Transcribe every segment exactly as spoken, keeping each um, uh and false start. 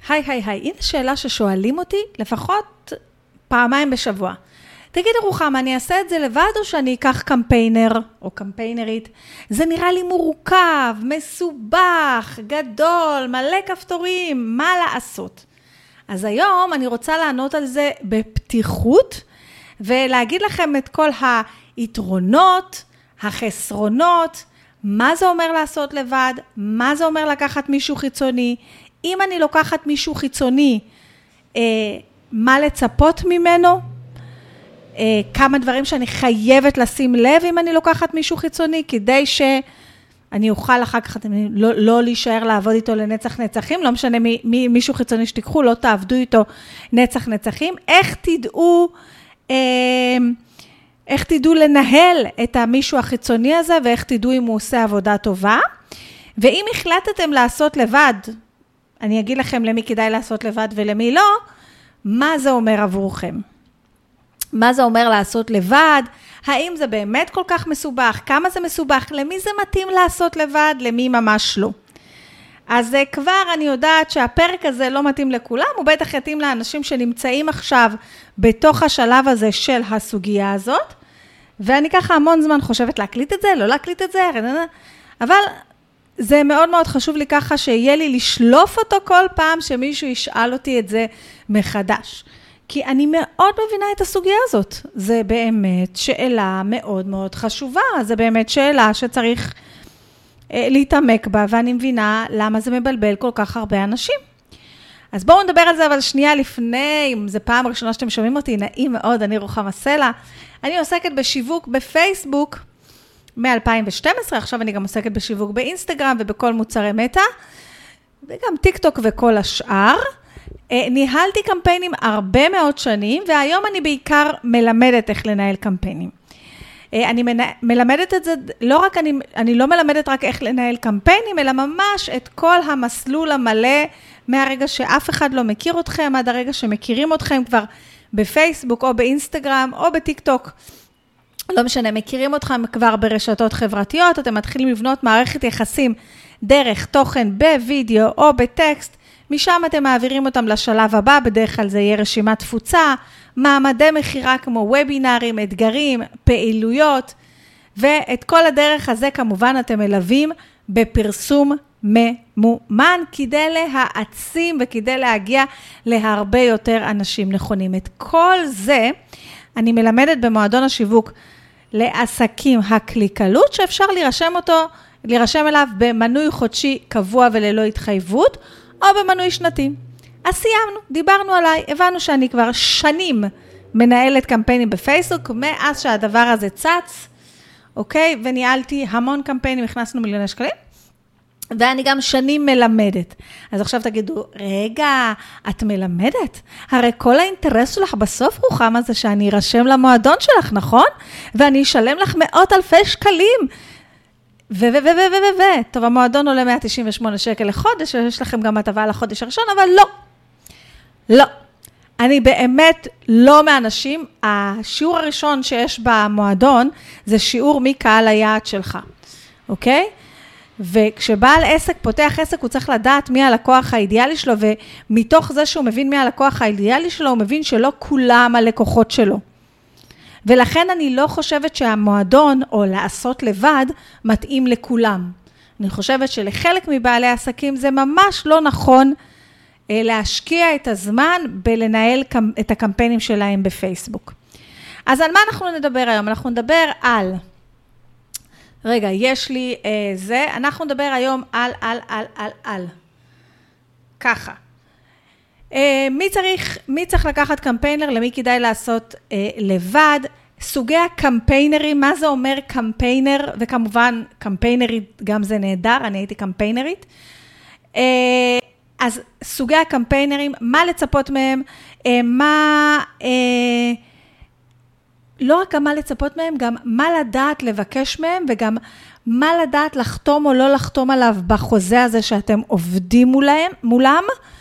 היי, היי, היי, הנה שאלה ששואלים אותי לפחות פעמיים בשבוע. תגיד רוחמה, אני אעשה את זה לבד או שאני אקח קמפיינר או קמפיינרית? זה נראה לי מורכב, מסובך, גדול, מלא כפתורים, מה לעשות? אז היום אני רוצה לענות על זה בפתיחות, ולהגיד לכם את כל היתרונות, החסרונות, מה זה אומר לעשות לבד, מה זה אומר לקחת מישהו חיצוני, אם אני לוקחת מישהו חיצוני, אה, מה לצפות ממנו, אה, כמה דברים שאני חייבת לשים לב אם אני לוקחת מישהו חיצוני, כדי שאני אוכל אחר כך לא, לא להישאר לעבוד איתו לנצח נצחים, לא משנה מי, מי, מישהו חיצוני שתיקחו, לא תעבדו איתו נצח נצחים, איך תדעו, אה, איך תדעו לנהל את המישהו החיצוני הזה, ואיך תדעו אם הוא עושה עבודה טובה, ואם החלטתם לעשות לבד, אני אגיד לכם למי כדאי לעשות לבד ולמי לא, מה זה אומר עבורכם? מה זה אומר לעשות לבד? האם זה באמת כל כך מסובך? כמה זה מסובך? למי זה מתאים לעשות לבד? למי ממש לא? אז כבר אני יודעת שהפרק הזה לא מתאים לכולם, הוא בטח יתאים לאנשים שנמצאים עכשיו בתוך השלב הזה של הסוגיה הזאת, ואני ככה המון זמן חושבת להקליט את זה, לא להקליט את זה, אבל זה מאוד מאוד חשוב לי ככה שיהיה לי לשלוף אותו כל פעם שמישהו ישאל אותי את זה מחדש. כי אני מאוד מבינה את הסוגיה הזאת. זה באמת שאלה מאוד מאוד חשובה. זה באמת שאלה שצריך אה, להתעמק בה, ואני מבינה למה זה מבלבל כל כך הרבה אנשים. אז בואו נדבר על זה, אבל שנייה לפני, אם זה פעם ראשונה שאתם שומעים אותי, נעים מאוד, אני רוחמה סלע. אני עוסקת בשיווק בפייסבוק, מ-אלפיים ושתים עשרה, עכשיו אני גם עוסקת בשיווק באינסטגרם ובכל מוצרי מטא, וגם טיק טוק וכל השאר. ניהלתי קמפיינים הרבה מאוד שנים, והיום אני בעיקר מלמדת איך לנהל קמפיינים. אני מלמדת את זה, לא רק אני, אני לא מלמדת רק איך לנהל קמפיינים, אלא ממש את כל המסלול המלא, מהרגע שאף אחד לא מכיר אתכם, עד הרגע שמכירים אתכם כבר בפייסבוק או באינסטגרם או בטיק טוק. לא משנה, מכירים אתכם כבר ברשתות חברתיות, אתם מתחילים לבנות מערכת יחסים דרך תוכן בווידאו או בטקסט, משם אתם מעבירים אותם לשלב הבא, בדרך כלל זה יהיה רשימת תפוצה, מעמדי מחירה כמו וובינרים, אתגרים, פעילויות, ואת כל הדרך הזה כמובן אתם מלווים בפרסום ממומן, כדי להעצים וכדי להגיע להרבה יותר אנשים נכונים. את כל זה אני מלמדת במועדון השיווק לעסקים הקליקלות, שאפשר להירשם אותו, להירשם אליו במנוי חודשי קבוע וללא התחייבות, או במנוי שנתי. אז סיימנו, דיברנו עליי, הבנו שאני כבר שנים מנהלת קמפיינים בפייסבוק, מאז שהדבר הזה צץ, אוקיי? וניהלתי המון קמפיינים, הכנסנו מיליוני שקלים, ואני גם שנים מלמדת. אז עכשיו תגידו, רגע, את מלמדת? הרי כל האינטרס שלך בסוף רוחמה זה שאני ארשם למועדון שלך, נכון? ואני אשלם לך מאות אלפי שקלים. ו ו ו ו ו ו טוב, המועדון עולה מאה תשעים ושמונה שקל לחודש, יש לכם גם הטבה לחודש הראשון, אבל לא. לא. אני באמת לא מאנשים, השיעור הראשון שיש במועדון, זה שיעור מקהל היעד שלך. אוקיי? וכשבעל עסק פותח עסק, הוא צריך לדעת מי הלקוח האידיאלי שלו, ומתוך זה שהוא מבין מי הלקוח האידיאלי שלו, הוא מבין שלא כולם הלקוחות שלו. ולכן אני לא חושבת שהמועדון, או לעשות לבד, מתאים לכולם. אני חושבת שלחלק מבעלי העסקים זה ממש לא נכון להשקיע את הזמן בלנהל את הקמפיינים שלהם בפייסבוק. אז על מה אנחנו נדבר היום? אנחנו נדבר על... רגע, יש לי אה, זה, אנחנו נדבר היום על, על, על, על, על. ככה. אה, מי צריך, מי צריך לקחת קמפיינר, למי כדאי לעשות אה, לבד, סוגי הקמפיינרים, מה זה אומר קמפיינר, וכמובן קמפיינרית, גם זה נהדר, אני הייתי קמפיינרית. אה, אז סוגי הקמפיינרים, מה לצפות מהם, אה, מה... אה, לא רק מה לצפות מהם, גם מה לדעת לבקש מהם, וגם מה לדעת לחתום או לא לחתום עליו בחוזה הזה שאתם עובדים מולם, מולם.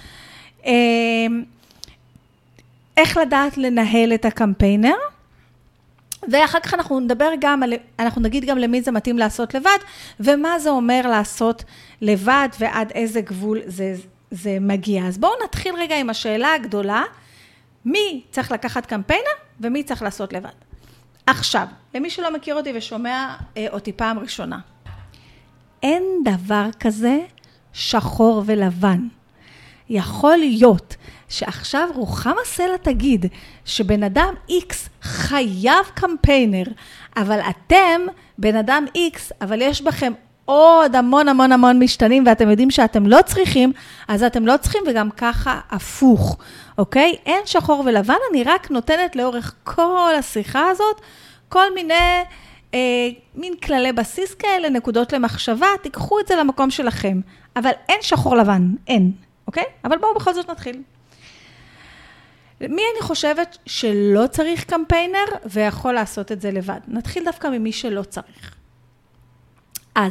איך לדעת לנהל את הקמפיינר, ואחר כך אנחנו נדבר גם, אנחנו נגיד גם למי זה מתאים לעשות לבד, ומה זה אומר לעשות לבד, ועד איזה גבול זה זה מגיע. אז בואו נתחיל רגע עם השאלה הגדולה, מי צריך לקחת קמפיינר ומי צריך לעשות לבד. עכשיו, למי שלא מכיר אותי ושומע אה, אותי פעם ראשונה, אין דבר כזה שחור ולבן. יכול להיות שעכשיו רוחמה סלע תגיד שבן אדם X חייב קמפיינר, אבל אתם בן אדם X, אבל יש בכם עוד המון המון המון משתנים, ואתם יודעים שאתם לא צריכים, אז אתם לא צריכים, וגם ככה הפוך, אוקיי? אין שחור ולבן, אני רק נותנת לאורך כל השיחה הזאת, כל מיני, אה, מין כללי בסיס כאלה, נקודות למחשבה, תיקחו את זה למקום שלכם, אבל אין שחור לבן, אין, אוקיי? אבל בואו בכל זאת נתחיל. מי אני חושבת שלא צריך קמפיינר, ויכול לעשות את זה לבד? נתחיל דווקא ממי שלא צריך. אז,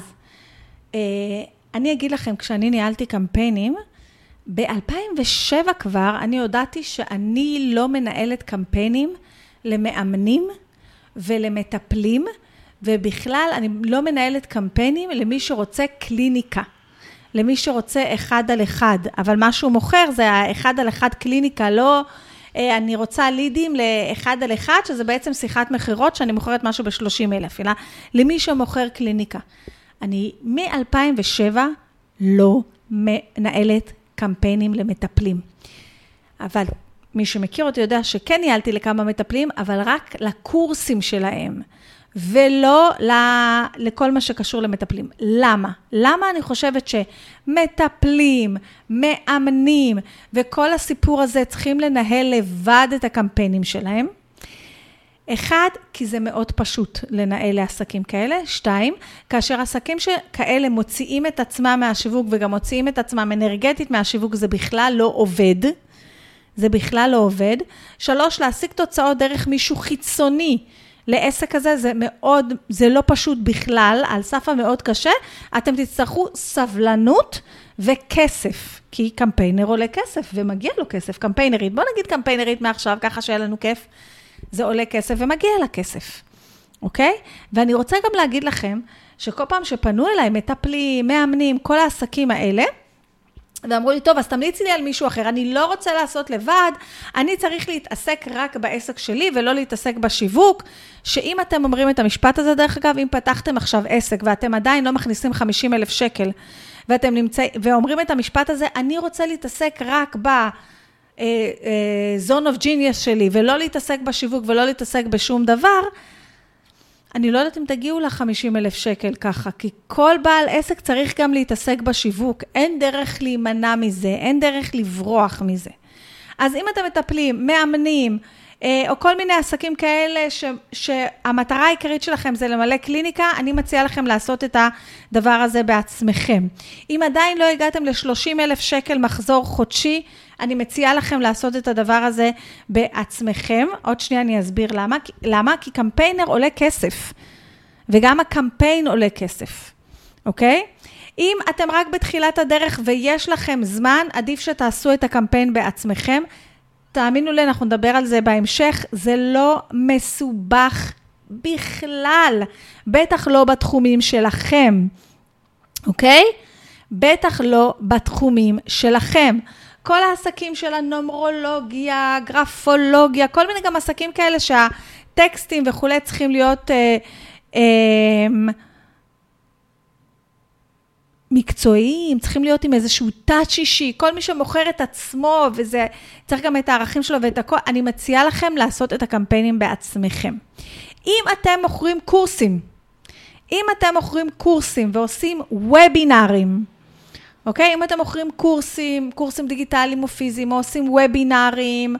אני אגיד לכם, כשאני ניהלתי קמפיינים, ב-אלפיים ושבע כבר אני הודעתי שאני לא מנהלת קמפיינים למאמנים ולמטפלים, ובכלל אני לא מנהלת קמפיינים למי שרוצה קליניקה, למי שרוצה אחד על אחד, אבל מה שהוא מוכר זה האחד על אחד קליניקה, לא אני רוצה לידים לאחד על אחד, שזה בעצם שיחת מחירות שאני מוכרת משהו ב-שלושים אלף, אלא למי שמוכר קליניקה. אני מ-אלפיים ושבע לא מנהלת קמפיינים למטפלים. אבל מי שמכיר אותי יודע שכן ניהלתי לכמה מטפלים, אבל רק לקורסים שלהם, ולא לכל מה שקשור למטפלים. למה? למה אני חושבת שמטפלים, מאמנים, וכל הסיפור הזה צריכים לנהל לבד את הקמפיינים שלהם? אחד, כי זה מאוד פשוט לנהל לעסקים כאלה. שתיים, כאשר עסקים שכאלה מוציאים את עצמם מהשיווק, וגם מוציאים את עצמם אנרגטית מהשיווק, זה בכלל לא עובד. זה בכלל לא עובד. שלוש, להשיג תוצאות דרך מישהו חיצוני לעסק הזה, זה מאוד, זה לא פשוט בכלל, על סף המאוד קשה. אתם תצטרכו סבלנות וכסף, כי קמפיינר עולה כסף, ומגיע לו כסף, קמפיינרית. בוא נגיד קמפיינרית מעכשיו, ככה שיהיה לנו כיף. זה עולה כסף ומגיע לה כסף, אוקיי? ואני רוצה גם להגיד לכם, שכל פעם שפנו אליי, מטפלים, מאמנים, כל העסקים האלה, ואמרו לי, טוב, אז תמליצי לי על מישהו אחר, אני לא רוצה לעשות לבד, אני צריך להתעסק רק בעסק שלי, ולא להתעסק בשיווק, שאם אתם אומרים את המשפט הזה, דרך אגב, אם פתחתם עכשיו עסק, ואתם עדיין לא מכניסים חמישים אלף שקל, ואתם נמצאים, ואומרים את המשפט הזה, אני רוצה להתעסק רק ב... zone of genius שלי, ולא להתעסק בשיווק, ולא להתעסק בשום דבר, אני לא יודעת אם תגיעו ל-חמישים אלף שקל ככה, כי כל בעל עסק צריך גם להתעסק בשיווק, אין דרך להימנע מזה, אין דרך לברוח מזה. אז אם אתם מטפלים, מאמנים, או כל מיני עסקים כאלה, ש, שהמטרה העיקרית שלכם זה למלא קליניקה, אני מציעה לכם לעשות את הדבר הזה בעצמכם. אם עדיין לא הגעתם ל-שלושים אלף שקל מחזור חודשי, אני מציעה לכם לעשות את הדבר הזה בעצמכם. עוד שנייה אני אסביר למה. למה? כי קמפיינר עולה כסף, וגם הקמפיין עולה כסף, אוקיי? אם אתם רק בתחילת הדרך ויש לכם זמן, עדיף שתעשו את הקמפיין בעצמכם. תאמינו לי, אנחנו נדבר על זה בהמשך, זה לא מסובך בכלל, בטח לא בתחומים שלכם, אוקיי? בטח לא בתחומים שלכם. כל העסקים של הנומרולוגיה, גרפולוגיה, כל מיני גם עסקים כאלה שהטקסטים וכולי צריכים להיות אה, אה, מקצועיים, צריכים להיות עם איזשהו טאץ' אישי, כל מי שמוכר את עצמו, וזה צריך גם את הערכים שלו ואת הכל, אני מציעה לכם לעשות את הקמפיינים בעצמכם. אם אתם מוכרים קורסים, אם אתם מוכרים קורסים ועושים וובינרים, אוקיי? אם אתם מוכרים קורסים, קורסים דיגיטליים או פיזיים, או עושים וובינרים,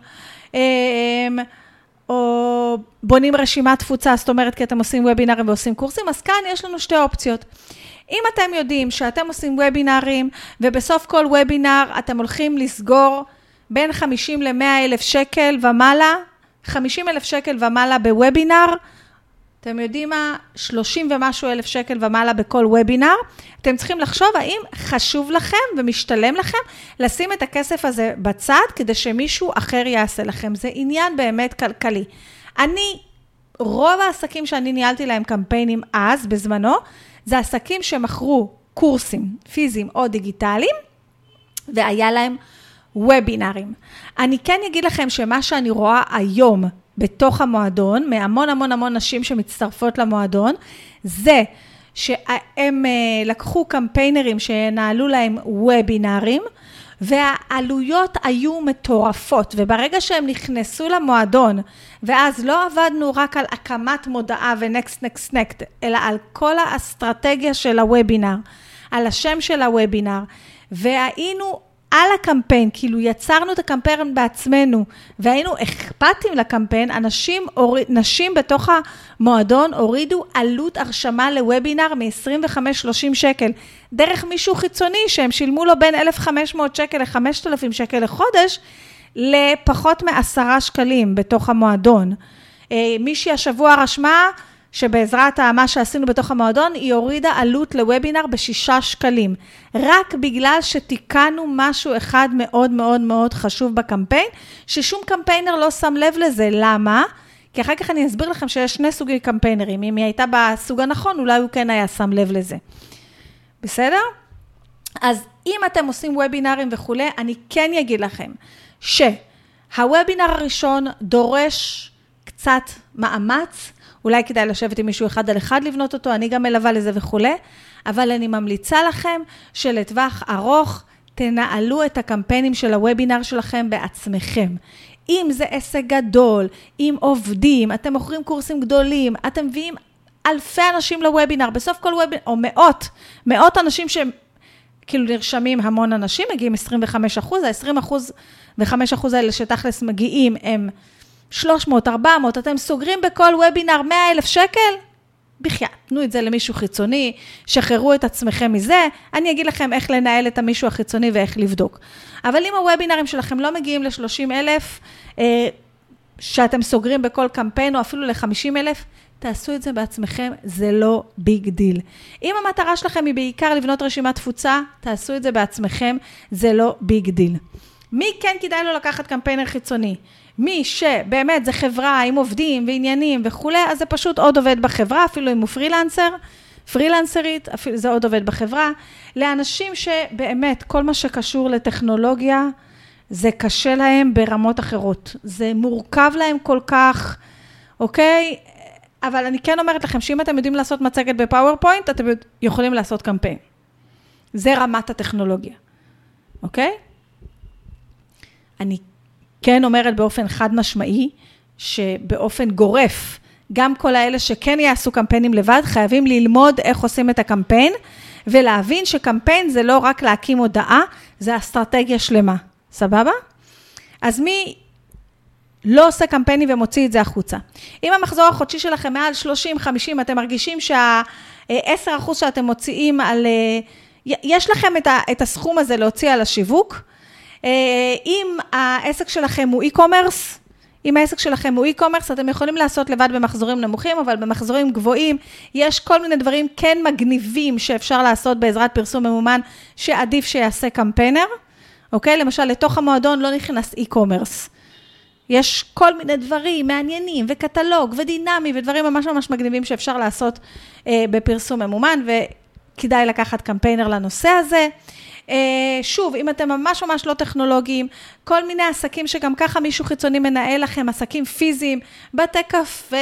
או בונים רשימת תפוצה, זאת אומרת, כי אתם עושים וובינרים ועושים קורסים, אז כאן יש לנו שתי אופציות. אם אתם יודעים שאתם עושים וובינרים, ובסוף כל וובינר אתם הולכים לסגור בין חמישים למאה אלף שקל ומעלה, חמישים אלף שקל ומעלה בוובינר, אתם יודעים מה? שלושים ומשהו אלף שקל ומעלה בכל וובינר, אתם צריכים לחשוב האם חשוב לכם ומשתלם לכם לשים את הכסף הזה בצד, כדי שמישהו אחר יעשה לכם. זה עניין באמת כלכלי. אני, רוב העסקים שאני ניהלתי להם קמפיינים אז, בזמנו, זה עסקים שמכרו קורסים פיזיים או דיגיטליים, והיה להם וובינרים. אני כן אגיד לכם שמה שאני רואה היום בתוך המועדון, מהמון המון המון נשים שמצטרפות למועדון, זה שהם לקחו קמפיינרים שנעלו להם וובינרים, והעלויות היו מטורפות, וברגע שהם נכנסו למועדון, ואז לא עבדנו רק על הקמת מודעה ונקסט נקסט נקסט, אלא על כל האסטרטגיה של הוובינר, על השם של הוובינר, והיינו על הקמפיין, כאילו יצרנו את הקמפיין בעצמנו, והיינו אכפתים לקמפיין, אנשים, נשים בתוך המועדון הורידו עלות הרשמה לוובינר מ-עשרים וחמש שלושים שקל, דרך מישהו חיצוני שהם שילמו לו בין אלף וחמש מאות שקל ל-חמשת אלפים שקל לחודש, לפחות מעשרה שקלים בתוך המועדון. מישהי השבוע רשמה, שבעזרת מה שעשינו בתוך המועדון, היא הורידה עלות לוובינר בשישה שקלים. רק בגלל שתיקנו משהו אחד מאוד מאוד מאוד חשוב בקמפיין, ששום קמפיינר לא שם לב לזה. למה? כי אחר כך אני אסביר לכם שיש שני סוגי קמפיינרים. אם היא הייתה בסוג הנכון, אולי הוא כן היה שם לב לזה. בסדר? אז אם אתם עושים וובינרים וכו', אני כן אגיד לכם שהוובינר הראשון דורש קצת מאמץ, אולי כדאי לשבת עם מישהו אחד על אחד לבנות אותו, אני גם מלווה לזה וכו', אבל אני ממליצה לכם שלטווח ארוך תנהלו את הקמפיינים של הוובינר שלכם בעצמכם. אם זה עסק גדול, אם עובדים, אתם מוכרים קורסים גדולים, אתם מביאים אלפי אנשים לוובינר, בסוף כל וובינר, או מאות, מאות אנשים שהם כאילו נרשמים המון אנשים, מגיעים עשרים וחמישה אחוז, ה-עשרים וחמישה אחוז האלה שתכלס מגיעים הם שלוש מאות, ארבע מאות, אתם סוגרים בכל וובינר מאה אלף שקל? בכיה, תנו את זה למישהו חיצוני, שחררו את עצמכם מזה, אני אגיד לכם איך לנהל את המישהו החיצוני ואיך לבדוק. אבל אם הוובינרים שלכם לא מגיעים ל-שלושים אלף, אה, שאתם סוגרים בכל קמפיין, או אפילו ל-חמישים אלף, תעשו את זה בעצמכם, זה לא ביג דיל. אם המטרה שלכם היא בעיקר לבנות רשימת תפוצה, תעשו את זה בעצמכם, זה לא ביג דיל. מי כן כדאי לו לקחת קמפיינר חיצוני? מי שבאמת זה חברה עם עובדים ועניינים וכו', אז זה פשוט עוד עובד בחברה, אפילו אם הוא פרילנסר, פרילנסרית, אפילו זה עוד עובד בחברה. לאנשים שבאמת כל מה שקשור לטכנולוגיה, זה קשה להם ברמות אחרות. זה מורכב להם כל כך, אוקיי? אבל אני כן אומרת לכם, שאם אתם יודעים לעשות מצגת בפאורפוינט, אתם יכולים לעשות קמפיין. זה רמת הטכנולוגיה, אוקיי? אני כן אומרת באופן חד משמעי, שבאופן גורף, גם כל האלה שכן יעשו קמפיינים לבד, חייבים ללמוד איך עושים את הקמפיין, ולהבין שקמפיין זה לא רק להקים הודעה, זה אסטרטגיה שלמה. סבבה? אז מי לא עושה קמפיינים ומוציא את זה החוצה? אם המחזור החודשי שלכם מעל שלושים חמישים, אתם מרגישים שה-עשרה אחוז שאתם מוציאים על... יש לכם את הסכום הזה להוציא על השיווק, אם העסק שלכם הוא e-commerce, אם העסק שלכם הוא e-commerce, אתם יכולים לעשות לבד במחזורים נמוכים, אבל במחזורים גבוהים, יש כל מיני דברים כן מגניבים שאפשר לעשות בעזרת פרסום ממומן, שעדיף שיעשה קמפיינר, אוקיי? למשל, לתוך המועדון לא נכנס e-commerce. יש כל מיני דברים מעניינים, וקטלוג, ודינמי, ודברים ממש ממש מגניבים שאפשר לעשות אה, בפרסום ממומן, וכדאי לקחת קמפיינר לנושא הזה. שוב, אם אתם ממש ממש לא טכנולוגיים, כל מיני עסקים שגם ככה מישהו חיצוני מנהל לכם, עסקים פיזיים, בתי קפה,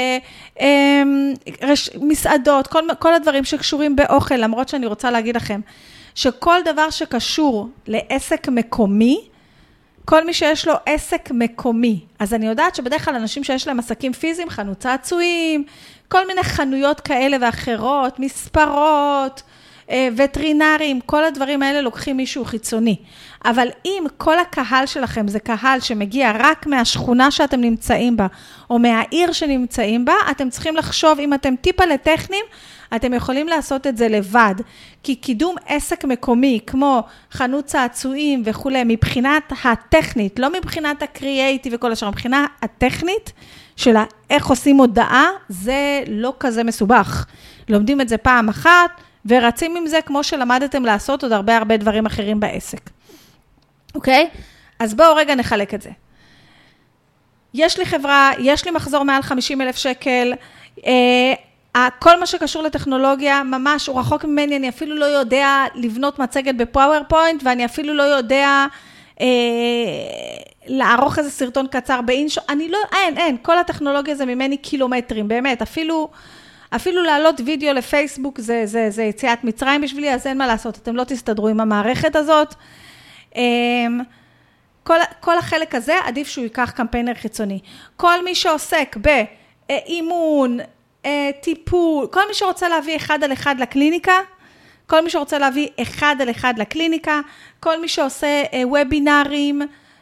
מסעדות, כל, כל הדברים שקשורים באוכל, למרות שאני רוצה להגיד לכם, שכל דבר שקשור לעסק מקומי, כל מי שיש לו עסק מקומי, אז אני יודעת שבדרך כלל אנשים שיש להם עסקים פיזיים, חנות צעצועים, כל מיני חנויות כאלה ואחרות, מספרות, וטרינרים, כל הדברים האלה לוקחים מישהו חיצוני. אבל אם כל הקהל שלכם זה קהל שמגיע רק מהשכונה שאתם נמצאים בה, או מהעיר שנמצאים בה, אתם צריכים לחשוב, אם אתם טיפה לטכנים, אתם יכולים לעשות את זה לבד. כי קידום עסק מקומי, כמו חנות צעצועים וכו', מבחינת הטכנית, לא מבחינת הקריאייטיב וכל השאר, מבחינה הטכנית של איך עושים הודעה, זה לא כזה מסובך. לומדים את זה פעם אחת, ורצים עם זה כמו שלמדתם לעשות עוד הרבה הרבה דברים אחרים בעסק. אוקיי? אז בואו רגע נחלק את זה. יש לי חברה, יש לי מחזור מעל חמישים אלף שקל, אה, כל מה שקשור לטכנולוגיה, ממש הוא רחוק ממני, אני אפילו לא יודע לבנות מצגת בפאורפוינט, ואני אפילו לא יודע אה, לערוך איזה סרטון קצר באינשו, אני לא, אין, אין, כל הטכנולוגיה זה ממני קילומטרים, באמת, אפילו, אפילו להעלות וידאו לפייסבוק, זה, זה, זה יציאת מצרים בשבילי, אז אין מה לעשות, אתם לא תסתדרו עם המערכת הזאת. אה, כל, כל החלק הזה, עדיף שהוא ייקח קמפיינר חיצוני. כל מי שעוסק באימון, טיפול, כל מי שרוצה להביא אחד על אחד לקליניקה, כל מי שרוצה להביא אחד על אחד לקליניקה, כל מי שעושה וובינרים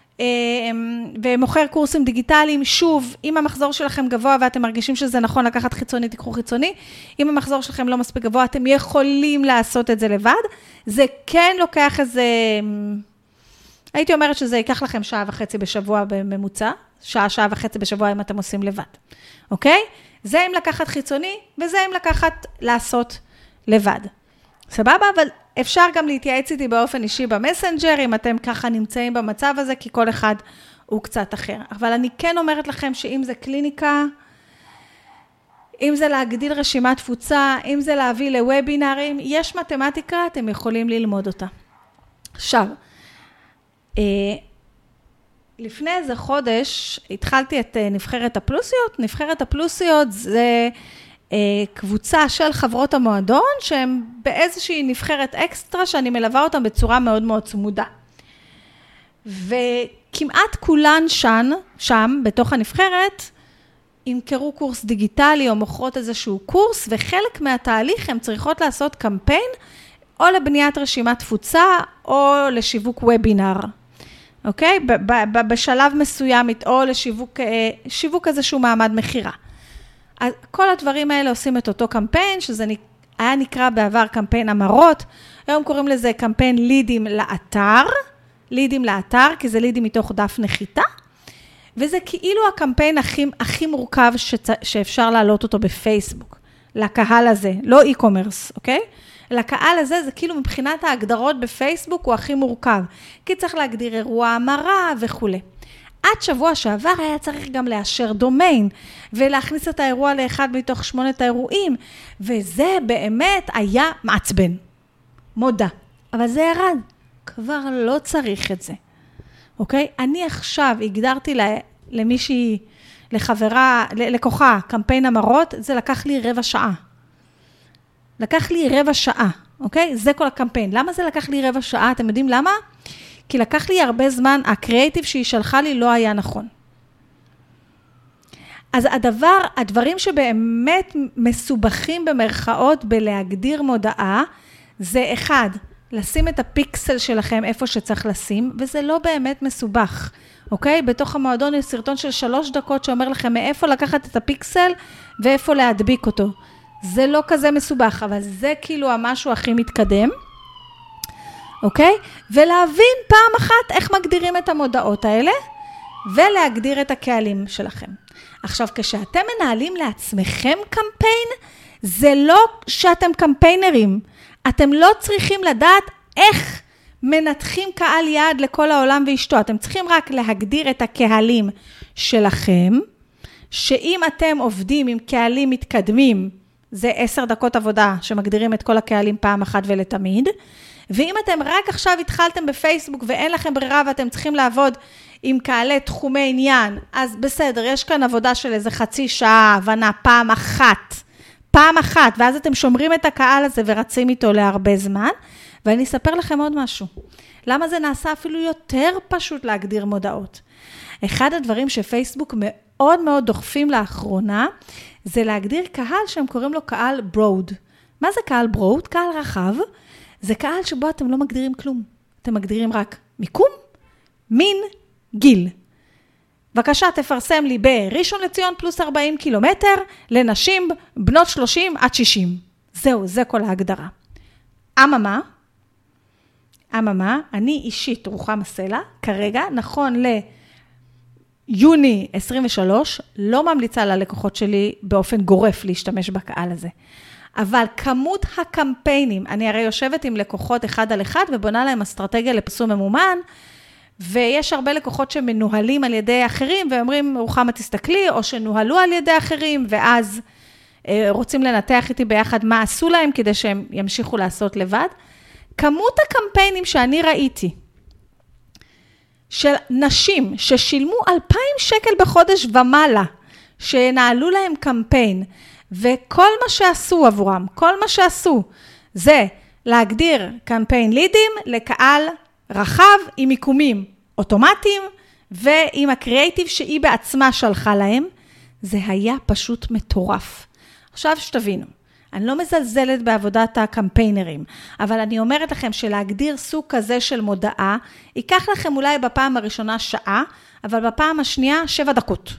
ומוכר קורסים דיגיטליים, שוב, אם המחזור שלכם גבוה ואתם מרגישים שזה נכון לקחת חיצוני, תיקחו חיצוני, אם המחזור שלכם לא מספיק גבוה, אתם יכולים לעשות את זה לבד, זה כן לוקח איזה, הייתי אומרת שזה ייקח לכם שעה וחצי בשבוע בממוצע, שעה, שעה וחצי בשבוע אם אתם עושים לבד, אוקיי? זה אם לקחת חיצוני, וזה אם לקחת לעשות לבד. סבבה? אבל אפשר גם להתייעץ איתי באופן אישי במסנג'ר, אם אתם ככה נמצאים במצב הזה, כי כל אחד הוא קצת אחר. אבל אני כן אומרת לכם שאם זה קליניקה, אם זה להגדיל רשימת תפוצה, אם זה להביא לוובינרים, יש מתמטיקה, אתם יכולים ללמוד אותה. עכשיו, אה, לפני איזה חודש התחלתי את נבחרת הפלוסיות. נבחרת הפלוסיות זה קבוצה של חברות המועדון, שהן באיזושהי נבחרת אקסטרה, שאני מלווה אותם בצורה מאוד מאוד צמודה. וכמעט כולן שם, שם, בתוך הנבחרת, ימכרו קורס דיגיטלי או מוכרות איזשהו קורס, וחלק מהתהליך הן צריכות לעשות קמפיין, או לבניית רשימת תפוצה, או לשיווק וובינר. אוקיי? בשלב מסוים, או לשיווק, שיווק איזשהו מעמד מחירה. אז כל הדברים האלה עושים את אותו קמפיין, שזה היה נקרא בעבר קמפיין אמרות, היום קוראים לזה קמפיין לידים לאתר, לידים לאתר, כי זה לידים מתוך דף נחיתה, וזה כאילו הקמפיין הכי, הכי מורכב שצ... שאפשר להעלות אותו בפייסבוק, לקהל הזה, לא אי-קומרס, אוקיי? לקהל הזה, זה כאילו מבחינת ההגדרות בפייסבוק הוא הכי מורכב, כי צריך להגדיר אירוע המרה וכו'. עד שבוע שעבר היה צריך גם לאשר דומיין, ולהכניס את האירוע לאחד מתוך שמונת האירועים, וזה באמת היה מעצבן, מודה. אבל זה ירד, כבר לא צריך את זה, אוקיי? אני עכשיו הגדרתי למישהי, לחברה, לקוחה, קמפיין אמרות, זה לקח לי רבע שעה. לקח לי רבע שעה, אוקיי? זה כל הקמפיין. למה זה לקח לי רבע שעה? אתם יודעים למה? כי לקח לי הרבה זמן, הקריאיטיב שהיא שלחה לי לא היה נכון. אז הדבר, הדברים שבאמת מסובכים במרכאות בלהגדיר מודעה, זה אחד, לשים את הפיקסל שלכם איפה שצריך לשים, וזה לא באמת מסובך, אוקיי? בתוך המועדון יש סרטון של שלוש דקות שאומר לכם מאיפה לקחת את הפיקסל ואיפה להדביק אותו. זה לא כזה מסובך, אבל זה כאילו המשהו הכי מתקדם. אוקיי? ולהבין פעם אחת איך מגדירים את המודעות האלה, ולהגדיר את הקהלים שלכם. עכשיו, כשאתם מנהלים לעצמכם קמפיין, זה לא שאתם קמפיינרים. אתם לא צריכים לדעת איך מנתחים קהל יעד לכל העולם ואשתו. אתם צריכים רק להגדיר את הקהלים שלכם, שאם אתם עובדים עם קהלים מתקדמים, זה עשר דקות עבודה שמגדירים את כל הקהלים פעם אחת ולתמיד, ואם אתם רק עכשיו התחלתם בפייסבוק ואין לכם ברירה ואתם צריכים לעבוד עם קהלי תחומי עניין, אז בסדר, יש כאן עבודה של איזה חצי שעה, הבנה, פעם אחת, פעם אחת, ואז אתם שומרים את הקהל הזה ורצים איתו להרבה זמן, ואני אספר לכם עוד משהו. למה זה נעשה אפילו יותר פשוט להגדיר מודעות? אחד הדברים שפייסבוק מאוד מאוד דוחפים לאחרונה, זה להגדיר קהל שהם קוראים לו קהל ברוד. מה זה קהל ברוד? קהל רחב. זה קהל שבו אתם לא מגדירים כלום. אתם מגדירים רק מיקום, מין, גיל. בבקשה, תפרסם לי בראשון לציון פלוס ארבעים קילומטר, לנשים בנות שלושים עד שישים. זהו, זה כל ההגדרה. אממה, אממה, אני אישית רוחמה סלע, כרגע, נכון ליוני עשרים ושלוש, לא ממליצה ללקוחות שלי באופן גורף להשתמש בקהל הזה. אבל כמות הקמפיינים, אני הרי יושבת עם לקוחות אחד על אחד, ובונה להם אסטרטגיה לפרסום ממומן, ויש הרבה לקוחות שמנוהלים על ידי אחרים, ואומרים, רוחמה תסתכלי, או שנוהלו על ידי אחרים, ואז רוצים לנתח איתי ביחד מה עשו להם, כדי שהם ימשיכו לעשות לבד. כמות הקמפיינים שאני ראיתי, של נשים ששילמו אלפיים שקל בחודש ומעלה, שנעלו להם קמפיין, וכל מה שעשו עבורם, כל מה שעשו, זה להגדיר קמפיין לידים לקהל רחב עם מיקומים אוטומטיים, ועם הקריאייטיב שהיא בעצמה שלחה להם, זה היה פשוט מטורף. עכשיו שתבינו, אני לא מזלזלת בעבודת הקמפיינרים, אבל אני אומרת לכם שלהגדיר סוג כזה של מודעה, ייקח לכם אולי בפעם הראשונה שעה, אבל בפעם השנייה שבע דקות.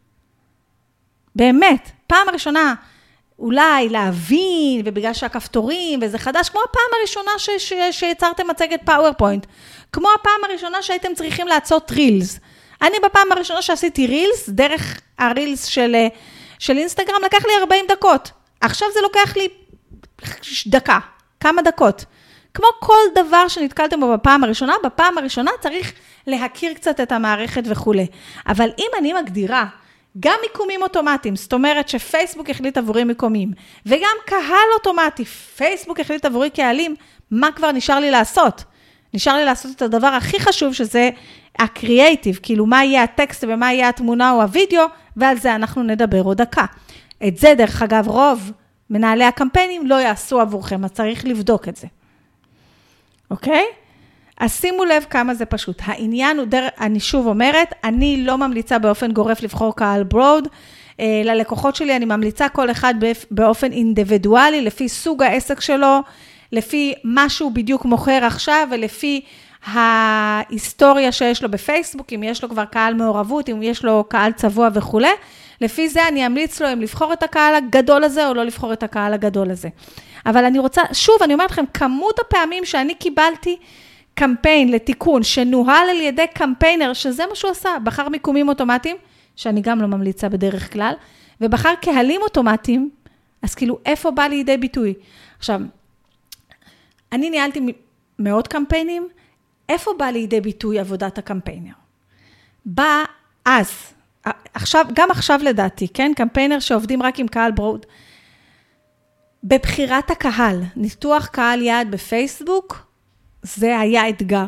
באמת, פעם הראשונה אולי להבין, ובגלל שהכפתורים, וזה חדש, כמו הפעם הראשונה ש- ש- שיצרתם מצגת פאורפוינט, כמו הפעם הראשונה שהייתם צריכים לעשות רילס. אני בפעם הראשונה שעשיתי רילס, דרך הרילס של, של אינסטגרם, לקח לי ארבעים דקות. עכשיו זה לוקח לי דקה, כמה דקות. כמו כל דבר שנתקלתם בו בפעם הראשונה, בפעם הראשונה צריך להכיר קצת את המערכת וכו'. אבל אם אני מגדירה, גם מיקומים אוטומטיים, זאת אומרת שפייסבוק החליט עבורי מיקומים, וגם קהל אוטומטי, פייסבוק החליט עבורי קהלים, מה כבר נשאר לי לעשות? נשאר לי לעשות את הדבר הכי חשוב, שזה הקריאייטיב, כאילו מה יהיה הטקסט ומה יהיה התמונה או הוידאו, ועל זה אנחנו נדבר עוד דקה. את זה דרך אגב רוב מנהלי הקמפיינים לא יעשו עבורכם, אז צריך לבדוק את זה. אוקיי? אז שימו לב כמה זה פשוט. העניין הוא, דר... אני שוב אומרת, אני לא ממליצה באופן גורף לבחור קהל ברוד, ללקוחות שלי אני ממליצה כל אחד באופן אינדיבידואלי, לפי סוג העסק שלו, לפי מה שהוא בדיוק מוכר עכשיו, ולפי ההיסטוריה שיש לו בפייסבוק, אם יש לו כבר קהל מעורבות, אם יש לו קהל צבוע וכו'. לפי זה אני אמליץ לו אם לבחור את הקהל הגדול הזה, או לא לבחור את הקהל הגדול הזה. אבל אני רוצה, שוב, אני אומרת לכם, כמות הפעמים שאני קיבלתי קמפיין לתיקון, שנוהל על ידי קמפיינר, שזה מה שהוא עשה, בחר מיקומים אוטומטיים, שאני גם לא ממליצה בדרך כלל, ובחר קהלים אוטומטיים, אז כאילו, איפה בא לידי ביטוי? עכשיו, אני ניהלתי מאות קמפיינים, איפה בא לידי ביטוי עבודת הקמפיינר? בא אז, עכשיו, גם עכשיו לדעתי, כן? קמפיינר שעובדים רק עם קהל ברוד, בבחירת הקהל, ניתוח קהל יעד בפייסבוק, זה היה אתגר.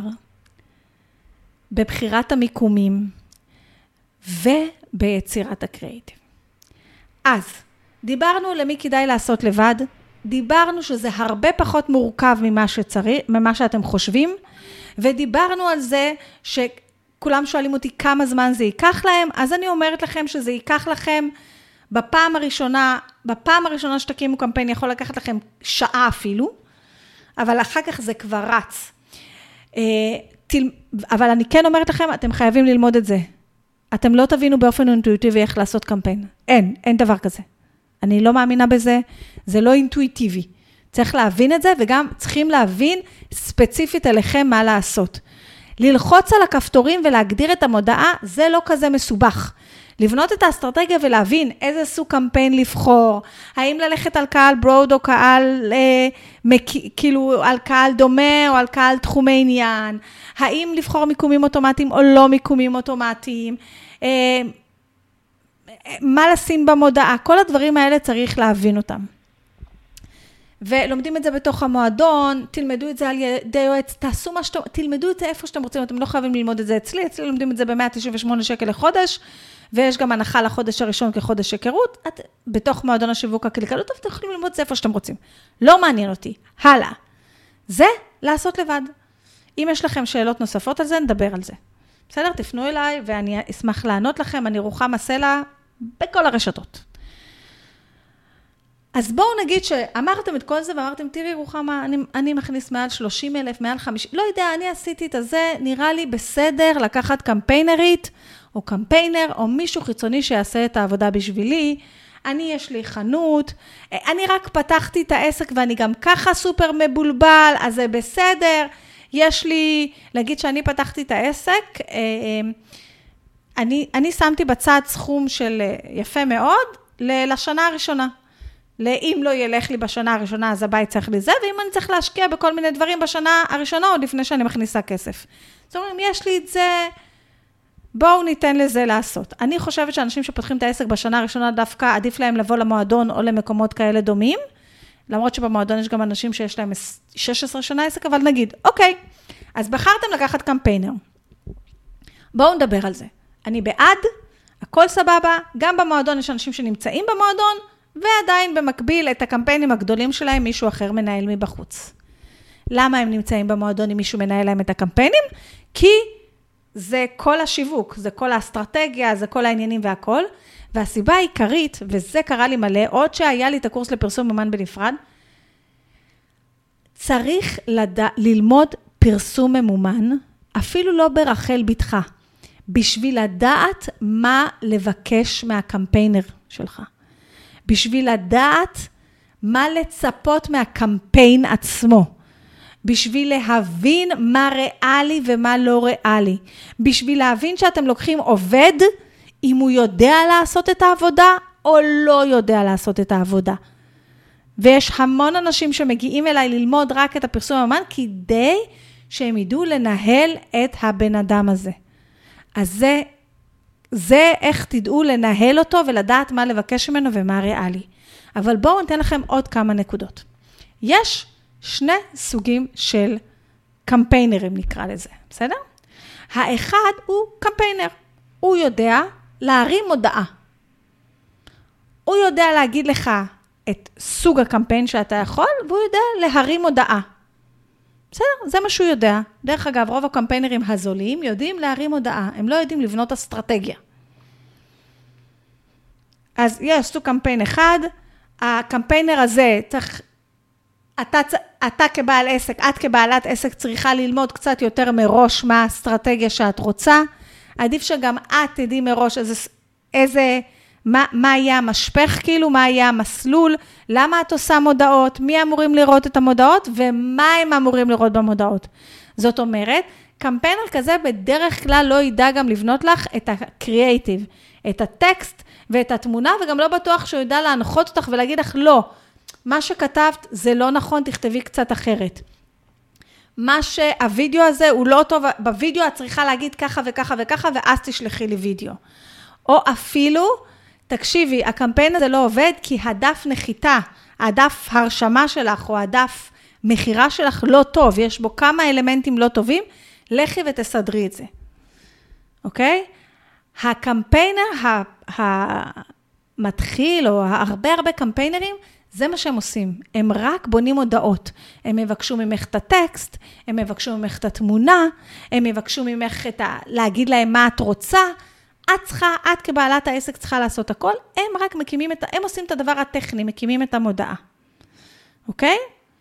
בבחירת המיקומים, וביצירת הקריאייטיב. אז, דיברנו למי כדאי לעשות לבד, דיברנו שזה הרבה פחות מורכב ממה שצריך, ממה שאתם חושבים, ודיברנו על זה שכולם שואלים אותי כמה זמן זה ייקח להם, אז אני אומרת לכם שזה ייקח לכם בפעם הראשונה, בפעם הראשונה שתקימו קמפיין יכול לקחת לכם שעה אפילו, אבל אחר כך זה כבר רץ. אבל אני כן אומרת לכם, אתם חייבים ללמוד את זה. אתם לא תבינו באופן אינטואיטיבי איך לעשות קמפיין. אין, אין דבר כזה. אני לא מאמינה בזה, זה לא אינטואיטיבי. צריך להבין את זה, וגם צריכים להבין ספציפית אליכם מה לעשות. ללחוץ על הכפתורים ולהגדיר את המודעה, זה לא כזה מסובך. לבנות את האסטרטגיה ולהבין איזה סוג קמפיין לבחור, האם ללכת על קהל ברוד או קהל, אה, מק... כאילו על קהל דומה או על קהל תחומי עניין, האם לבחור מיקומים אוטומטיים או לא מיקומים אוטומטיים, אה, מה לשים במודעה, כל הדברים האלה צריך להבין אותם. ולומדים את זה בתוך המועדון, תלמדו את זה על ידי יועץ, תעשו מה שאתם, תלמדו את זה איפה שאתם רוצים, אתם לא חייבים ללמוד את זה אצלי, אצלי לומדים את זה ב-מאה תשעים ושמונה שקל לחודש, ויש גם הנחה לחודש הראשון כחודש היכרות, את בתוך מועדון השיווק הכלכלות, אתם יכולים ללמוד את זה איפה שאתם רוצים. לא מעניין אותי. הלאה. זה לעשות לבד. אם יש לכם שאלות נוספות על זה, נדבר על זה. בסדר? תפנו אליי, ואני אשמח לענות לכם, אני רוחמה סלע בכל הרשתות. אז בואו נגיד שאמרתם את כל זה, ואמרתם, תראי רוחמה, אני, אני מכניס מעל שלושים אלף, מעל חמישים, לא יודע, אני עשיתי את זה, נראה לי בסדר לקחת קמפיינרית, או קמפיינר, או מישהו חיצוני שיעשה את העבודה בשבילי, אני יש לי חנות, אני רק פתחתי את העסק, ואני גם ככה סופר מבולבל, אז זה בסדר, יש לי, להגיד שאני פתחתי את העסק, אני, אני שמתי בצד סכום של יפה מאוד, לשנה הראשונה. אם לא ילך לי בשנה הראשונה, אז הבית צריך לזה, ואם אני צריך להשקיע בכל מיני דברים בשנה הראשונה, עוד לפני שאני מכניסה כסף. זאת אומרת, אם יש לי את זה בואו ניתן לזה לעשות. אני חושבת שאנשים שפותחים את העסק בשנה הראשונה דווקא עדיף להם לבוא למועדון או למקומות כאלה דומים, למרות שבמועדון יש גם אנשים שיש להם שש עשרה שנה עסק, אבל נגיד, אוקיי, אז בחרתם לקחת קמפיינר. בואו נדבר על זה. אני בעד, הכל סבבה, גם במועדון יש אנשים שנמצאים במועדון, ועדיין במקביל את הקמפיינים הגדולים שלהם מישהו אחר מנהל מבחוץ. למה הם נמצאים במועדון אם מישהו מנהל להם את הקמפיינים? כי זה כל השיווק, זה כל האסטרטגיה, זה כל העניינים והכל, והסיבה העיקרית, וזה קרה לי מלא, עוד שהיה לי את הקורס לפרסום ממומן בנפרד, צריך לד... ללמוד פרסום ממומן, אפילו לא ברחל בתך, בשביל לדעת מה לבקש מהקמפיינר שלך. בשביל לדעת מה לצפות מהקמפיין עצמו. בשביל להבין מה ריאלי ומה לא ריאלי. בשביל להבין שאתם לוקחים עובד, אם הוא יודע לעשות את העבודה או לא יודע לעשות את העבודה. ויש המון אנשים שמגיעים אליי ללמוד רק את הפרסום המומן, כדי שהם ידעו לנהל את הבן אדם הזה. אז זה, זה איך תדעו לנהל אותו ולדעת מה לבקש ממנו ומה ריאלי. אבל בואו ניתן לכם עוד כמה נקודות. יש שני סוגים של קמפיינרים נקרא לזה, בסדר? האחד הוא קמפיינר. הוא יודע להרים מודעה. הוא יודע להגיד לך את סוג הקמפיין שאתה יכול, והוא יודע להרים מודעה. בסדר? זה מה שהוא יודע. דרך אגב, רוב הקמפיינרים הזולים יודעים להרים מודעה. הם לא יודעים לבנות אסטרטגיה. אז יש סוג קמפיין אחד, הקמפיינר הזה צריך, אתה, אתה כבעל עסק, את כבעלת עסק צריכה ללמוד קצת יותר מראש מה האסטרטגיה שאת רוצה. עדיף שגם את תדעי מראש איזה, איזה מה, מה יהיה המשפך, כאילו, מה יהיה המסלול, למה את עושה מודעות, מי אמורים לראות את המודעות, ומה הם אמורים לראות במודעות. זאת אומרת, קמפיינר כזה בדרך כלל לא ידע גם לבנות לך את הקריאייטיב, את הטקסט ואת התמונה, וגם לא בטוח שהוא ידע להנחות אותך ולהגיד לך, לא, מה שכתבת זה לא נכון, תכתבי קצת אחרת. מה שהווידאו הזה הוא לא טוב, בווידאו את צריכה להגיד ככה וככה וככה, ואז תשלחי לי וידאו. או אפילו, תקשיבי, הקמפיין הזה לא עובד, כי הדף נחיתה, הדף הרשמה שלך, או הדף מחירה שלך לא טוב, יש בו כמה אלמנטים לא טובים, לכי ותסדרי את זה. אוקיי? הקמפיינר המתחיל, או הרבה הרבה קמפיינרים, זה מה שהם עושים. הם רק בונים הודעות. הם מבקשו ממך את הטקסט, הם מבקשו ממך את התמונה, הם מבקשו ממך את ה... להגיד להם מה את רוצה, את צריכה, את כבעלת העסק צריכה לעשות הכל, הם רק מקימים את, הם עושים את הדבר הטכני, מקימים את המודעה. אוקיי?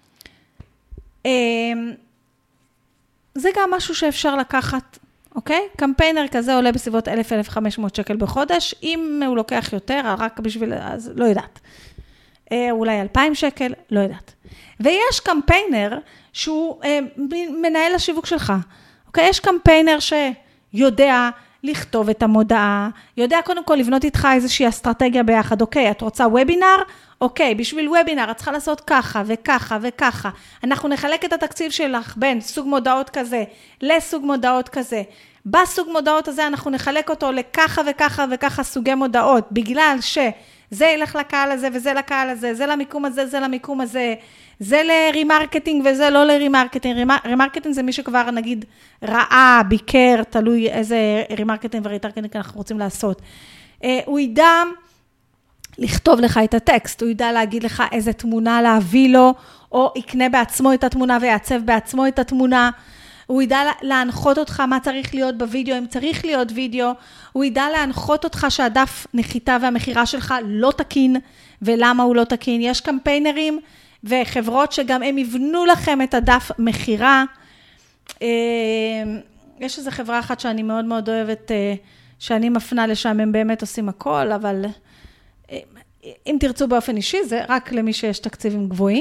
זה גם משהו שאפשר לקחת, אוקיי? קמפיינר כזה עולה בסביבות אלף עד אלף וחמש מאות שקל בחודש, אם הוא לוקח יותר, רק בשביל, אז לא יודעת. אולי אלפיים שקל, לא יודעת. ויש קמפיינר שהוא מנהל השיווק שלך. אוקיי? יש קמפיינר שיודע לכתוב את המודעה, יודע קודם כל לבנות איתך איזושהי אסטרטגיה ביחד. אוקיי, את רוצה וובינר? אוקיי, בשביל וובינר את צריכה לעשות ככה וככה וככה. אנחנו נחלק את התקציב שלך בין סוג מודעות כזה לסוג מודעות כזה. בסוג מודעות הזה אנחנו נחלק אותו לככה וככה וככה סוגי מודעות, בגלל שזה ילך לקהל הזה וזה לקהל הזה, זה למיקום הזה, זה למיקום הזה, זה לרימרקטינג וזה לא לרימרקטינג. רימרקטינג זה מי שכבר נגיד ראה, ביקר, תלוי איזה רימרקטינג וריטרקטינג אנחנו רוצים לעשות. הוא ידע לכתוב לך את הטקסט, הוא ידע להגיד לך איזה תמונה להביא לו, או יקנה בעצמו את התמונה ויעצב בעצמו את התמונה. הוא ידע להנחות אותך מה צריך להיות בווידאו, אם צריך להיות וידאו, הוא ידע להנחות אותך שהדף נחיתה והמחירה שלך לא תקין, ולמה הוא לא תקין. יש קמפיינרים וחברות שגם הם יבנו לכם את הדף מחירה. יש איזו חברה אחת שאני מאוד מאוד אוהבת, שאני מפנה לשם, הם באמת עושים הכל, אבל אם תרצו באופן אישי, זה רק למי שיש תקציבים גבוהים.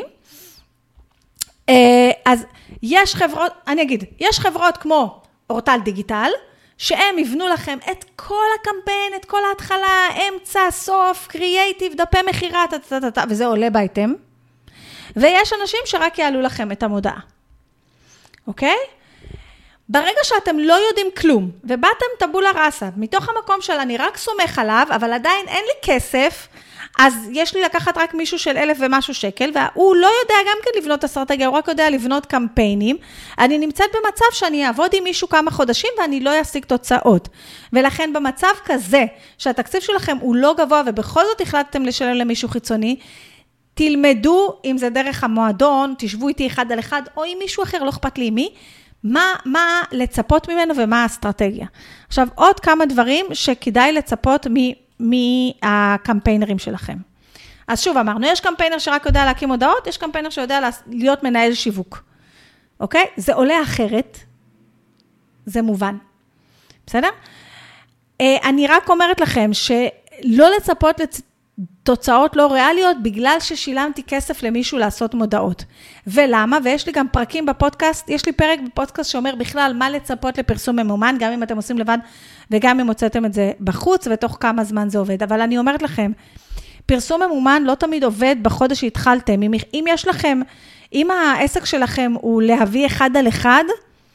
אז יש חברות, אני אגיד, יש חברות כמו אורטל דיגיטל, שהם יבנו לכם את כל הקמפיין, את כל ההתחלה, אמצע, סוף, קריאייטיב, דפי מחירה, וזה עולה באייטם. ויש אנשים שרק יעלו לכם את המודעה. אוקיי? ברגע שאתם לא יודעים כלום, ובאתם טבולה ראסה, מתוך המקום של אני רק סומך עליו, אבל עדיין אין לי כסף, אז יש לי לקחת רק מישהו של אלף ומשהו שקל, והוא לא יודע גם כן לבנות אסטרטגיה, הוא רק יודע לבנות קמפיינים. אני נמצאת במצב שאני אעבוד עם מישהו כמה חודשים, ואני לא אשיג תוצאות. ולכן במצב כזה, שהתקציב שלכם הוא לא גבוה, ובכל זאת החלטתם לשלם למישהו חיצוני, תלמדו, אם זה דרך המועדון, תשבו איתי אחד על אחד, או עם מישהו אחר, לא אכפת לי מי, מה, מה לצפות ממנו ומה האסטרטגיה. עכשיו, עוד כמה דברים שכדאי לצפות מ... מהקמפיינרים שלכם. אז שוב אמרנו, יש קמפיינר שרק יודע להקים הודעות, יש קמפיינר שיודע להיות מנהל שיווק. אוקיי? זה עולה אחרת, זה מובן. בסדר? אני רק אומרת לכם שלא לצפות לתוצאות לא ריאליות, בגלל ששילמתי כסף למישהו לעשות מודעות. ולמה? ויש לי גם פרקים בפודקאסט, יש לי פרק בפודקאסט שאומר בכלל מה לצפות לפרסום ממומן, גם אם אתם עושים לבד וגם אם הוצאתם את זה בחוץ, ותוך כמה זמן זה עובד. אבל אני אומרת לכם, פרסום ממומן לא תמיד עובד בחודש שהתחלתם. אם, אם יש לכם, אם העסק שלכם הוא להביא אחד על אחד,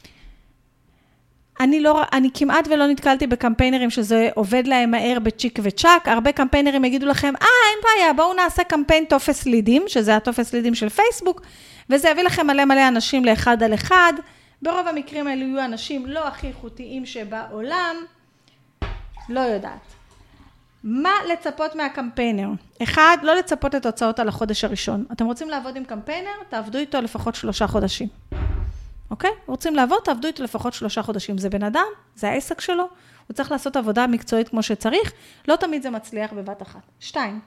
אני, לא, אני כמעט ולא נתקלתי בקמפיינרים שזה עובד להם מהר בצ'יק וצ'ק. הרבה קמפיינרים יגידו לכם, אה, אין בעיה, בואו נעשה קמפיין תופס לידים, שזה התופס לידים של פייסבוק, וזה יביא לכם מלא מלא אנשים לאחד על אחד. ברוב המקרים האלו יהיו אנשים לא הכי איכותיים שבעולם, לא יודעת. מה לצפות מהקמפיינר? אחד, לא לצפות את הוצאות על החודש הראשון. אתם רוצים לעבוד עם קמפיינר? תעבדו איתו לפחות שלושה חודשים. אוקיי? רוצים לעבוד? תעבדו איתו לפחות שלושה חודשים. זה בן אדם, זה העסק שלו, הוא צריך לעשות עבודה מקצועית כמו שצריך, לא תמיד זה מצליח בבת אחת. שתיים.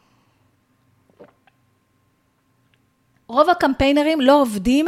רוב הקמפיינרים לא עובדים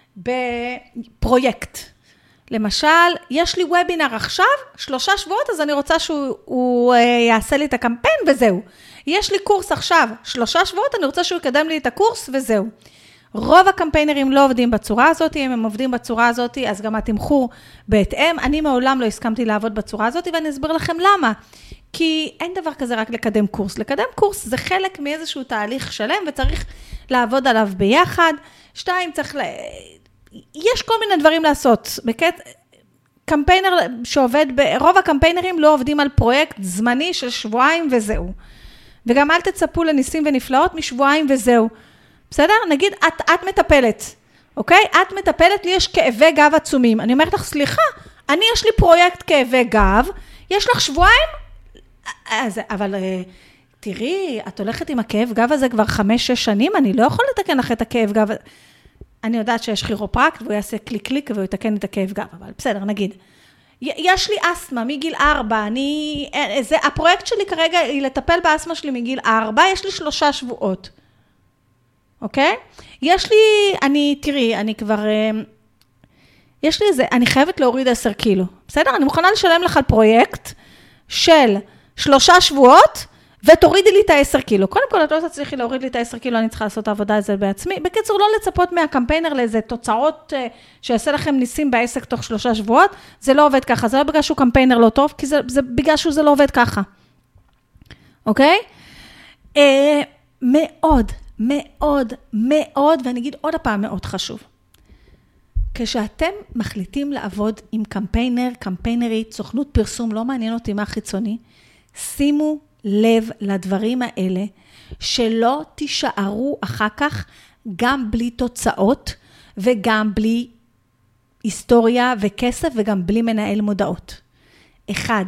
בפרויקט. למשל, יש לי וובינר עכשיו, שלושה שבועות, אז אני רוצה שהוא הוא, יעשה לי את הקמפיין וזהו. יש לי קורס עכשיו, שלושה שבועות, אני רוצה שהוא יקדם לי את הקורס וזהו. רוב הקמפיינרים לא עובדים בצורה הזאת, אם הם עובדים בצורה הזאת, אז גם התמחור בהתאם. אני מעולם לא הסכמתי לעבוד בצורה הזאת, ואני אסביר לכם למה. כי אין דבר כזה רק לקדם קורס. לקדם קורס זה חלק מאיזשהו תהליך שלם, וצריך לעבוד עליו ביחד. שתיים, צריך ל... יש כל מיני דברים לעשות. בקט... קמפיינר שעובד, ב... רוב הקמפיינרים לא עובדים על פרויקט זמני של שבועיים וזהו. וגם אל תצפו לניסים ונפלאות משבועיים וזהו. בסדר? נגיד, את, את מטפלת, אוקיי? את מטפלת, לי יש כאבי גב עצומים. אני אומרת לך, סליחה, אני יש לי פרויקט כאבי גב, יש לך שבועיים? אז, אבל תראי, את הולכת עם הכאב גב הזה כבר חמש, שש שנים, אני לא יכול לתקן לך את הכאב גב. אני יודעת שיש כירופרקט, והוא יעשה קליק קליק, והוא יתקן את הכאב גב, אבל בסדר, נגיד. יש לי אסמה מגיל ארבע, אני, זה, הפרויקט שלי כרגע היא לטפל באסמה שלי מגיל ארבע, יש לי שלושה שבועות. אוקיי? יש לי, אני, תראי, אני כבר, יש לי איזה, אני חייבת להוריד עשר קילו. בסדר? אני מוכנה לשלם לך על פרויקט של שלושה שבועות, ותורידי לי את העשר קילו. קודם כל, את לא תצליחי להוריד לי את העשר קילו, אני צריכה לעשות את העבודה הזה בעצמי. בקיצור, לא לצפות מהקמפיינר לאיזה תוצאות שיעשה לכם ניסים בעסק תוך שלושה שבועות. זה לא עובד ככה. זה לא בגלל שהוא קמפיינר לא טוב, כי זה, זה בגלל שהוא זה לא עובד ככה. אוקיי? אה, מאוד, מאוד, מאוד, ואני אגיד עוד הפעם מאוד חשוב. כשאתם מחליטים לעבוד עם קמפיינר, קמפיינרית, סוכנות פרסום, לא מעניין אותי מה חיצוני, שימו לב לדברים האלה, שלא תישארו אחר כך גם בלי תוצאות, וגם בלי היסטוריה וכסף, וגם בלי מנהל מודעות. אחד,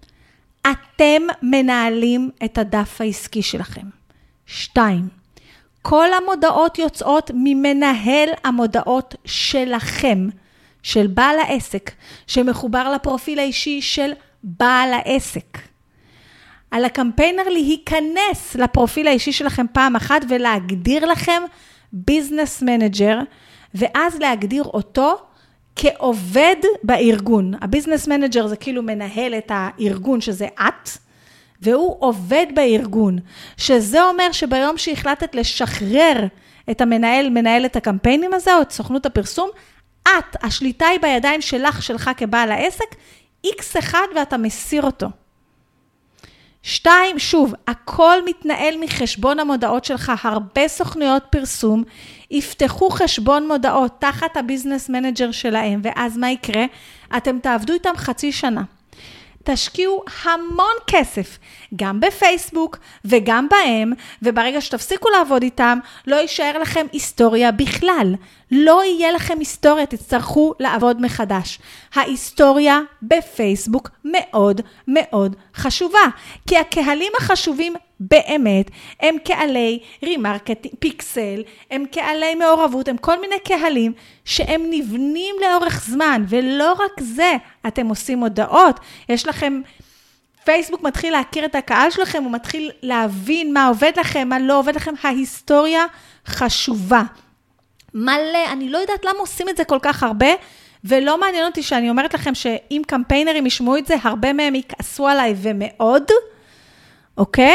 אתם מנהלים את הדף העסקי שלכם. שתיים, כל המודעות יוצאות ממנהל המודעות שלכם, של בעל העסק, שמחובר לפרופיל האישי של בעל העסק. על הקמפיינר להיכנס לפרופיל האישי שלכם פעם אחת, ולהגדיר לכם ביזנס מנג'ר, ואז להגדיר אותו כעובד בארגון. הביזנס מנג'ר זה כאילו מנהל את הארגון שזה את, והוא עובד בארגון, שזה אומר שביום שהחלטת לשחרר את המנהל, מנהל את הקמפיינים הזה, או את סוכנות הפרסום, את, השליטה היא בידיים שלך, שלך כבעל העסק, איקס אחד ואתה מסיר אותו. שתיים, שוב, הכל מתנהל מחשבון המודעות שלך, הרבה סוכנויות פרסום, יפתחו חשבון מודעות תחת הביזנס מנג'ר שלהם, ואז מה יקרה? אתם תעבדו איתם חצי שנה. תשקיעו המון כסף, גם בפייסבוק וגם בהם, וברגע שתפסיקו לעבוד איתם, לא יישאר לכם היסטוריה בכלל. לא יהיה לכם היסטוריה, תצטרכו לעבוד מחדש. ההיסטוריה בפייסבוק מאוד מאוד חשובה, כי הקהלים החשובים באמת הם קהלי רימרקטינג, פיקסל, הם קהלי מעורבות, הם כל מיני קהלים שהם נבנים לאורך זמן, ולא רק זה, אתם עושים הודעות, יש לכם, פייסבוק מתחיל להכיר את הקהל שלכם, הוא מתחיל להבין מה עובד לכם, מה לא עובד לכם, ההיסטוריה חשובה. מלא, אני לא יודעת למה עושים את זה כל כך הרבה, ולא מעניין אותי שאני אומרת לכם שאם קמפיינרים ישמעו את זה, הרבה מהם יכעסו עליי ומאוד, אוקיי?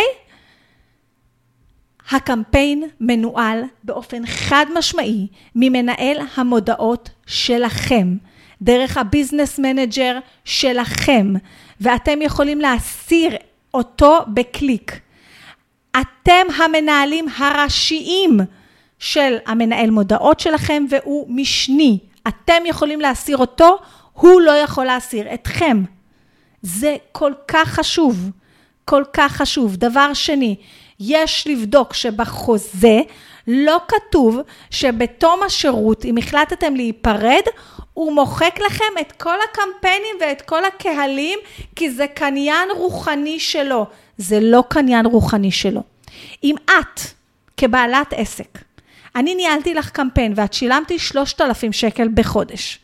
הקמפיין מנוהל באופן חד משמעי ממנהל המודעות שלכם, דרך הביזנס מנג'ר שלכם, ואתם יכולים להסיר אותו בקליק. אתם המנהלים הראשיים של המנהל מודעות שלכם, והוא משני. אתם יכולים להסיר אותו, הוא לא יכול להסיר אתכם. זה כל כך חשוב, כל כך חשוב. דבר שני, יש לבדוק שבחוזה לא כתוב שבתום השירות, אם החלטתם להיפרד, הוא מוחק לכם את כל הקמפיינים ואת כל הקהלים, כי זה קניין רוחני שלו. זה לא קניין רוחני שלו. אם את, כבעלת עסק, אני ניהלתי לך קמפיין ואת שילמתי שלושת אלפים שקל בחודש,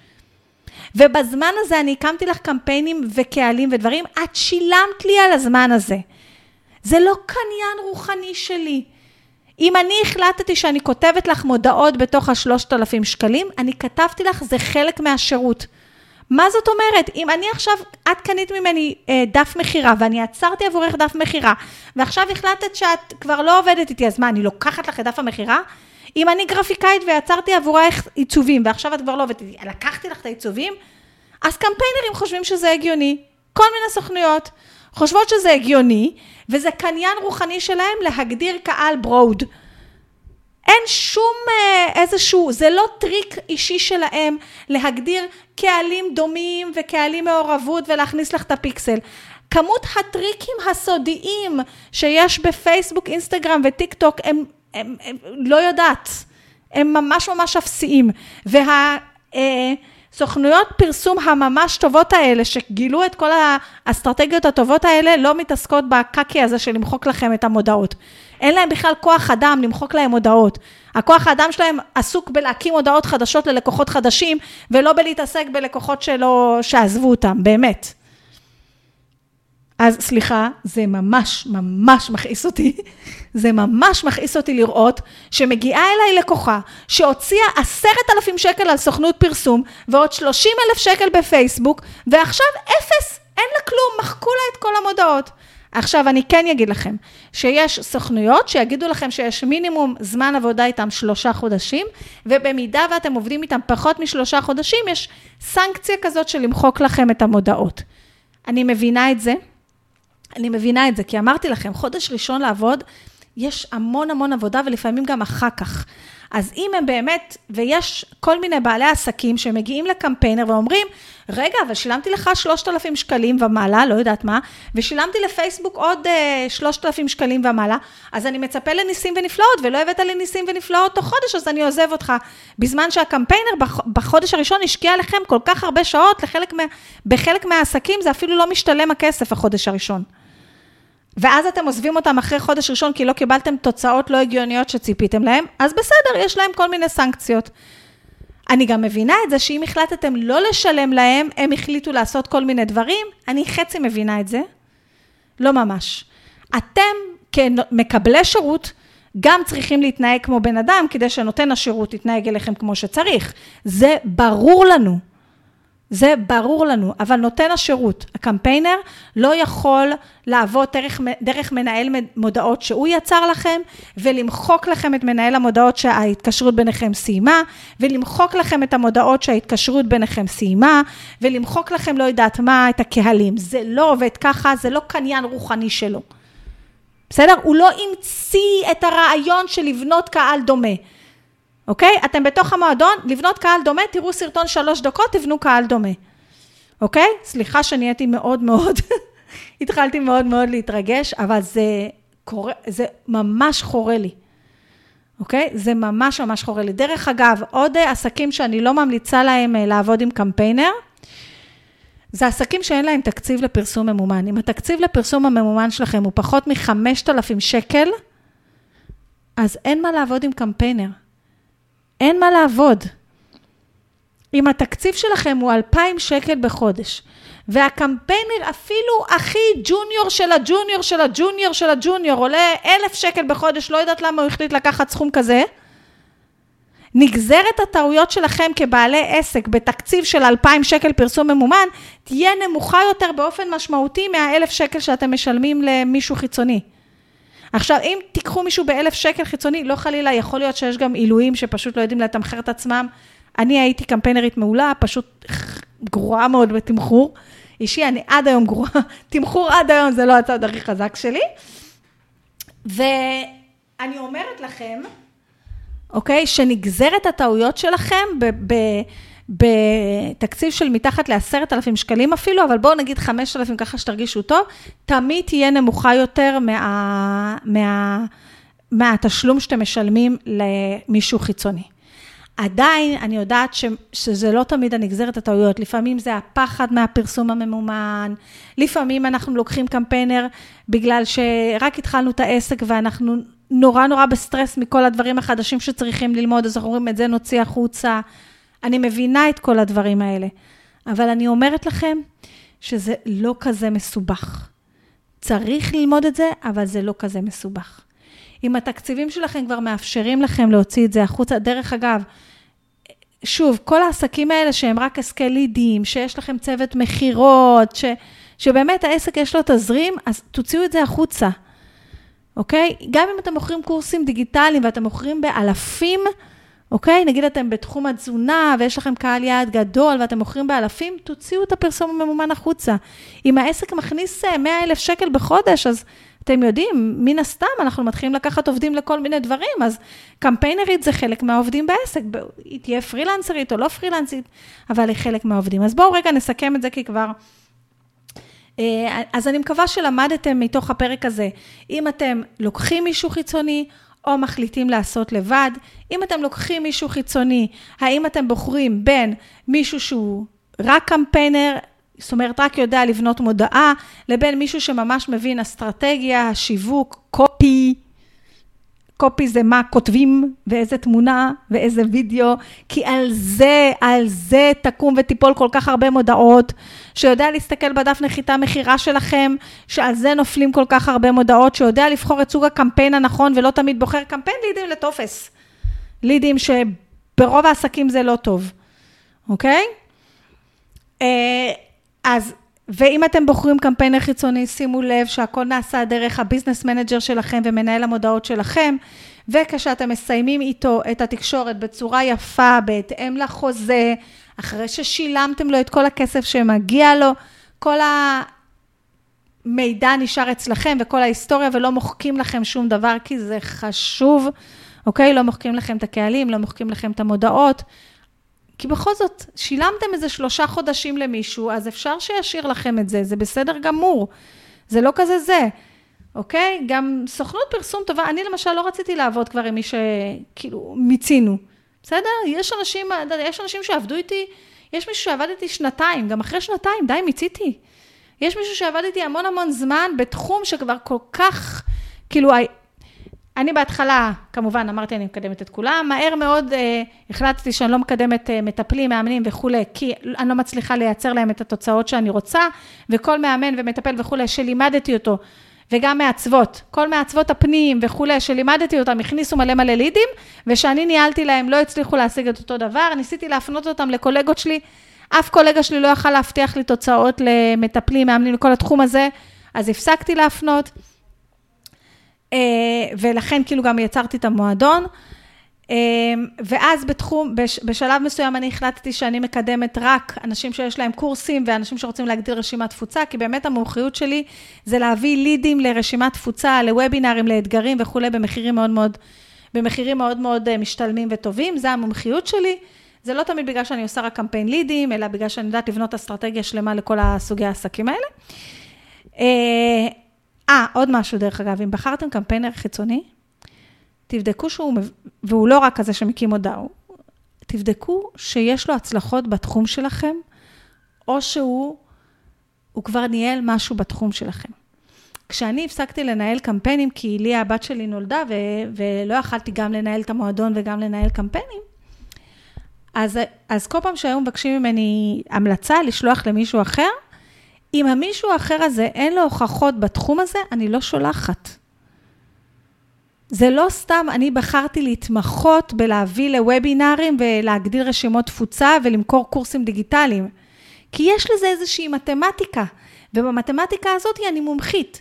ובזמן הזה אני הקמתי לך קמפיינים וקהלים ודברים, את שילמת לי על הזמן הזה. זה לא קניין רוחני שלי. אם אני החלטתי שאני כותבת לך מודעות בתוך השלושת אלפים שקלים, אני כתבתי לך, זה חלק מהשירות. מה זאת אומרת? אם אני עכשיו, את קנית ממני אה, דף מחירה, ואני עצרתי עבורך דף מחירה, ועכשיו החלטת שאת כבר לא עובדת איתי, אז מה, אני לוקחת לך את דף המחירה? אם אני גרפיקאית ויצרתי עבורך עיצובים, ועכשיו את כבר לא עובדת איתי, לקחתי לך את העיצובים, אז קמפיינרים חושבים שזה הגיוני. כל מיני סוכנויות חושבות שזה הגיוני, וזה קניין רוחני שלהם להגדיר קהל ברוד. אין שום איזשהו, זה לא טריק אישי שלהם להגדיר קהלים דומים וקהלים מעורבות ולהכניס לך את הפיקסל. כמות הטריקים הסודיים שיש בפייסבוק, אינסטגרם וטיק טוק, הם, הם, הם לא יודעת. הם ממש ממש אפסיים. וה... סוכנויות פרסום הממש טובות האלה, שגילו את כל האסטרטגיות הטובות האלה, לא מתעסקות בקקי הזה של למחוק לכם את המודעות. אין להם בכלל כוח אדם למחוק להם מודעות. הכוח האדם שלהם עסוק בלהקים מודעות חדשות ללקוחות חדשים, ולא בלהתעסק בלקוחות שלא, שעזבו אותם, באמת. אז סליחה, זה ממש ממש מכעיס אותי, זה ממש מכעיס אותי לראות שמגיעה אליי לקוחה שהוציאה עשרת אלפים שקל על סוכנות פרסום ועוד שלושים אלף שקל בפייסבוק, ועכשיו אפס, אין לה כלום, מחקו לה את כל המודעות. עכשיו אני כן אגיד לכם שיש סוכנויות שיגידו לכם שיש מינימום זמן עבודה איתם שלושה חודשים, ובמידה ואתם עובדים איתם פחות משלושה חודשים, יש סנקציה כזאת של למחוק לכם את המודעות. אני מבינה את זה. אני מבינה את זה, כי אמרתי לכם, חודש ראשון לעבוד, יש המון המון עבודה, ולפעמים גם אחר כך. אז אם הם באמת, ויש כל מיני בעלי עסקים שמגיעים לקמפיינר ואומרים, רגע, אבל שילמתי לך שלושת אלפים שקלים ומעלה, לא יודעת מה, ושילמתי לפייסבוק עוד שלושת אלפים שקלים ומעלה, אז אני מצפה לניסים ונפלאות, ולא הבאת לי ניסים ונפלאות תוך חודש, אז אני עוזב אותך. בזמן שהקמפיינר בחודש הראשון השקיע לכם כל כך הרבה שעות, לחלק מה, בחלק מהעסקים זה אפילו לא משתלם הכסף החודש הראשון. ואז אתם עוזבים אותם אחרי חודש ראשון, כי לא קיבלתם תוצאות לא הגיוניות שציפיתם להם, אז בסדר, יש להם כל מיני סנקציות. אני גם מבינה את זה, שאם החלטתם לא לשלם להם, הם החליטו לעשות כל מיני דברים, אני חצי מבינה את זה, לא ממש. אתם כמקבלי שירות, גם צריכים להתנהג כמו בן אדם, כדי שנותן השירות יתנהג אליכם כמו שצריך. זה ברור לנו. זה ברור לנו, אבל נותן השירות, הקמפיינר לא יכול לעבוד דרך, דרך מנהל מודעות שהוא יצר לכם, ולמחוק לכם את מנהל המודעות שההתקשרות ביניכם סיימה, ולמחוק לכם את המודעות שההתקשרות ביניכם סיימה, ולמחוק לכם לא יודעת מה את הקהלים. זה לא עובד ככה, זה לא קניין רוחני שלו. בסדר? הוא לא המציא את הרעיון של לבנות קהל דומה. אוקיי? אתם בתוך המועדון, לבנות קהל דומה, תראו סרטון שלוש דקות, תבנו קהל דומה. אוקיי? סליחה שנהייתי מאוד מאוד, התחלתי מאוד מאוד להתרגש, אבל זה, קורה, זה ממש חורה לי. אוקיי? זה ממש ממש חורה לי. דרך אגב, עוד עסקים שאני לא ממליצה להם לעבוד עם קמפיינר, זה עסקים שאין להם תקציב לפרסום ממומן. אם התקציב לפרסום הממומן שלכם הוא פחות מ-חמשת אלפים שקל, אז אין מה לעבוד עם קמפיינר. אין מה לעבוד. אם התקציב שלכם הוא אלפיים שקל בחודש, והקמפיינר אפילו הכי ג'וניור של הג'וניור של הג'וניור של הג'וניור, עולה אלף שקל בחודש, לא יודעת למה הוא החליט לקחת סכום כזה, נגזרת הטעויות שלכם כבעלי עסק בתקציב של אלפיים שקל פרסום ממומן, תהיה נמוכה יותר באופן משמעותי מהאלף שקל שאתם משלמים למישהו חיצוני. עכשיו, אם תיקחו מישהו באלף שקל חיצוני, לא חלילה, יכול להיות שיש גם עילויים שפשוט לא יודעים לתמחר את עצמם. אני הייתי קמפיינרית מעולה, פשוט גרועה מאוד בתמחור. אישי, אני עד היום גרועה. תמחור עד היום זה לא הצד הכי חזק שלי. ואני אומרת לכם, אוקיי, שנגזרת הטעויות שלכם ב... ב בתקציב של מתחת לעשרת אלפים שקלים אפילו, אבל בואו נגיד חמשת אלפים ככה שתרגישו טוב, תמיד תהיה נמוכה יותר מה, מה, מהתשלום שאתם משלמים למישהו חיצוני. עדיין אני יודעת ש, שזה לא תמיד הנגזרת הטעויות, לפעמים זה הפחד מהפרסום הממומן, לפעמים אנחנו לוקחים קמפיינר בגלל שרק התחלנו את העסק ואנחנו נורא נורא בסטרס מכל הדברים החדשים שצריכים ללמוד, אז אנחנו אומרים את זה נוציא החוצה, אני מבינה את כל הדברים האלה, אבל אני אומרת לכם שזה לא כזה מסובך. צריך ללמוד את זה, אבל זה לא כזה מסובך. אם התקציבים שלכם כבר מאפשרים לכם להוציא את זה החוצה, דרך אגב, שוב, כל העסקים האלה שהם רק עסקי לידים, שיש לכם צוות מחירות, ש, שבאמת העסק יש לו תזרים, אז תוציאו את זה החוצה. אוקיי? גם אם אתם מוכרים קורסים דיגיטליים ואתם מוכרים באלפים, אוקיי? נגיד אתם בתחום התזונה ויש לכם קהל יעד גדול ואתם מוכרים באלפים, תוציאו את הפרסום הממומן החוצה. אם העסק מכניס מאה אלף שקל בחודש, אז אתם יודעים, מן הסתם אנחנו מתחילים לקחת עובדים לכל מיני דברים, אז קמפיינרית זה חלק מהעובדים בעסק, היא תהיה פרילנסרית או לא פרילנסית, אבל היא חלק מהעובדים. אז בואו רגע נסכם את זה כי כבר... אז אני מקווה שלמדתם מתוך הפרק הזה, אם אתם לוקחים מישהו חיצוני, או מחליטים לעשות לבד. אם אתם לוקחים מישהו חיצוני, האם אתם בוחרים בין מישהו שהוא רק קמפיינר, זאת אומרת רק יודע לבנות מודעה, לבין מישהו שממש מבין אסטרטגיה, שיווק, קופי, קופי זה מה כותבים, ואיזה תמונה, ואיזה וידאו, כי על זה, על זה תקום ותיפול כל כך הרבה מודעות, שיודע להסתכל בדף נחיתה מחירה שלכם, שעל זה נופלים כל כך הרבה מודעות, שיודע לבחור את סוג הקמפיין הנכון, ולא תמיד בוחר קמפיין לידים לטופס. לידים שברוב העסקים זה לא טוב. אוקיי? אז... ואם אתם בוחרים קמפיינר חיצוני, שימו לב שהכל נעשה דרך הביזנס מנג'ר שלכם ומנהל המודעות שלכם, וכשאתם מסיימים איתו את התקשורת בצורה יפה, בהתאם לחוזה, אחרי ששילמתם לו את כל הכסף שמגיע לו, כל המידע נשאר אצלכם וכל ההיסטוריה, ולא מוחקים לכם שום דבר, כי זה חשוב, אוקיי? לא מוחקים לכם את הקהלים, לא מוחקים לכם את המודעות, כי בכל זאת, שילמתם איזה שלושה חודשים למישהו, אז אפשר שישאיר לכם את זה, זה בסדר גמור. זה לא כזה זה, אוקיי? גם סוכנות פרסום טובה, אני למשל לא רציתי לעבוד כבר עם מי שכאילו מיצינו. בסדר? יש אנשים, יש אנשים שעבדו איתי, יש מישהו שעבד איתי שנתיים, גם אחרי שנתיים, די מיציתי. יש מישהו שעבד איתי המון המון זמן, בתחום שכבר כל כך, כאילו, אני בהתחלה, כמובן, אמרתי, אני מקדמת את כולם, מהר מאוד אה, החלטתי שאני לא מקדמת אה, מטפלים, מאמנים וכו', כי אני לא מצליחה לייצר להם את התוצאות שאני רוצה, וכל מאמן ומטפל וכו', שלימדתי אותו, וגם מעצבות, כל מעצבות הפנים וכו', שלימדתי אותם, הכניסו מלא מלא לידים, ושאני ניהלתי להם, לא הצליחו להשיג את אותו דבר, ניסיתי להפנות אותם לקולגות שלי, אף קולגה שלי לא יכל להבטיח לי תוצאות למטפלים, מאמנים לכל התחום הזה, אז הפסקתי להפנות, ולכן כאילו גם יצרתי את המועדון, ואז בתחום, בשלב מסוים אני החלטתי שאני מקדמת רק אנשים שיש להם קורסים, ואנשים שרוצים להגדיל רשימת תפוצה, כי באמת המומחיות שלי זה להביא לידים לרשימת תפוצה, לוובינרים, לאתגרים וכו', במחירים מאוד מאוד, במחירים מאוד מאוד משתלמים וטובים, זה המומחיות שלי, זה לא תמיד בגלל שאני עושה רק קמפיין לידים, אלא בגלל שאני יודעת לבנות אסטרטגיה שלמה לכל הסוגי העסקים האלה. אה, עוד משהו דרך אגב, אם בחרתם קמפיינר חיצוני, תבדקו שהוא, והוא לא רק כזה שמקים הודעה, תבדקו שיש לו הצלחות בתחום שלכם, או שהוא הוא כבר ניהל משהו בתחום שלכם. כשאני הפסקתי לנהל קמפיינים, כי לי הבת שלי נולדה, ו- ולא יכלתי גם לנהל את המועדון וגם לנהל קמפיינים, אז, אז כל פעם שהיום מבקשים ממני המלצה לשלוח למישהו אחר, אם המישהו האחר הזה אין לו הוכחות בתחום הזה, אני לא שולחת. זה לא סתם, אני בחרתי להתמחות בלהביא לוובינרים ולהגדיל רשימות תפוצה ולמכור קורסים דיגיטליים. כי יש לזה איזושהי מתמטיקה, ובמתמטיקה הזאת אני מומחית.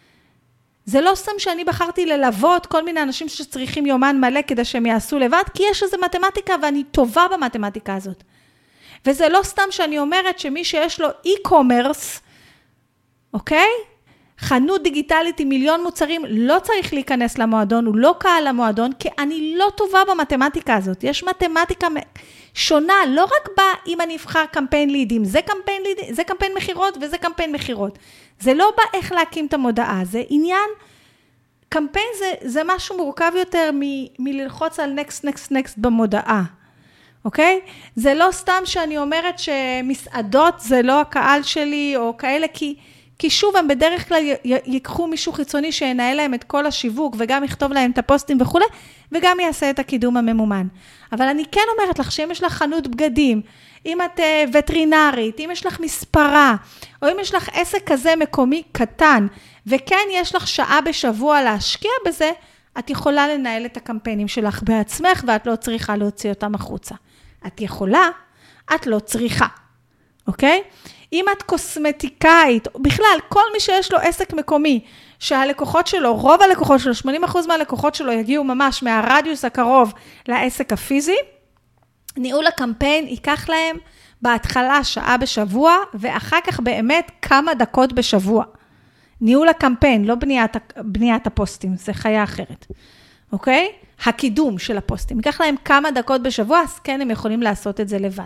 זה לא סתם שאני בחרתי ללוות כל מיני אנשים שצריכים יומן מלא כדי שהם יעשו לבד, כי יש איזו מתמטיקה ואני טובה במתמטיקה הזאת. וזה לא סתם שאני אומרת שמי שיש לו e-commerce, אוקיי? חנות דיגיטלית עם מיליון מוצרים, לא צריך להיכנס למועדון, הוא לא קהל למועדון, כי אני לא טובה במתמטיקה הזאת. יש מתמטיקה שונה, לא רק בא אם אני אבחר קמפיין לידים, זה קמפיין לידים, זה קמפיין מחירות וזה קמפיין מחירות. זה לא בא איך להקים את המודעה, זה עניין, קמפיין זה, זה משהו מורכב יותר מ, מללחוץ על next, next, next במודעה. אוקיי? זה לא סתם שאני אומרת שמסעדות זה לא הקהל שלי או כאלה, כי כי שוב, הם בדרך כלל ייקחו מישהו חיצוני שינהל להם את כל השיווק, וגם יכתוב להם את הפוסטים וכו', וגם יעשה את הקידום הממומן. אבל אני כן אומרת לך, שאם יש לך חנות בגדים, אם את וטרינרית, אם יש לך מספרה, או אם יש לך עסק כזה מקומי קטן, וכן יש לך שעה בשבוע להשקיע בזה, את יכולה לנהל את הקמפיינים שלך בעצמך, ואת לא צריכה להוציא אותם החוצה. את יכולה, את לא צריכה. אוקיי? אם את קוסמטיקאית, בכלל, כל מי שיש לו עסק מקומי, שהלקוחות שלו, רוב הלקוחות שלו, שמונים אחוז מהלקוחות שלו יגיעו ממש מהרדיוס הקרוב לעסק הפיזי, ניהול הקמפיין ייקח להם בהתחלה שעה בשבוע, ואחר כך באמת כמה דקות בשבוע. ניהול הקמפיין, לא בניית, בניית הפוסטים, זה חיה אחרת. אוקיי? הקידום של הפוסטים. ייקח להם כמה דקות בשבוע, אז כן הם יכולים לעשות את זה לבד.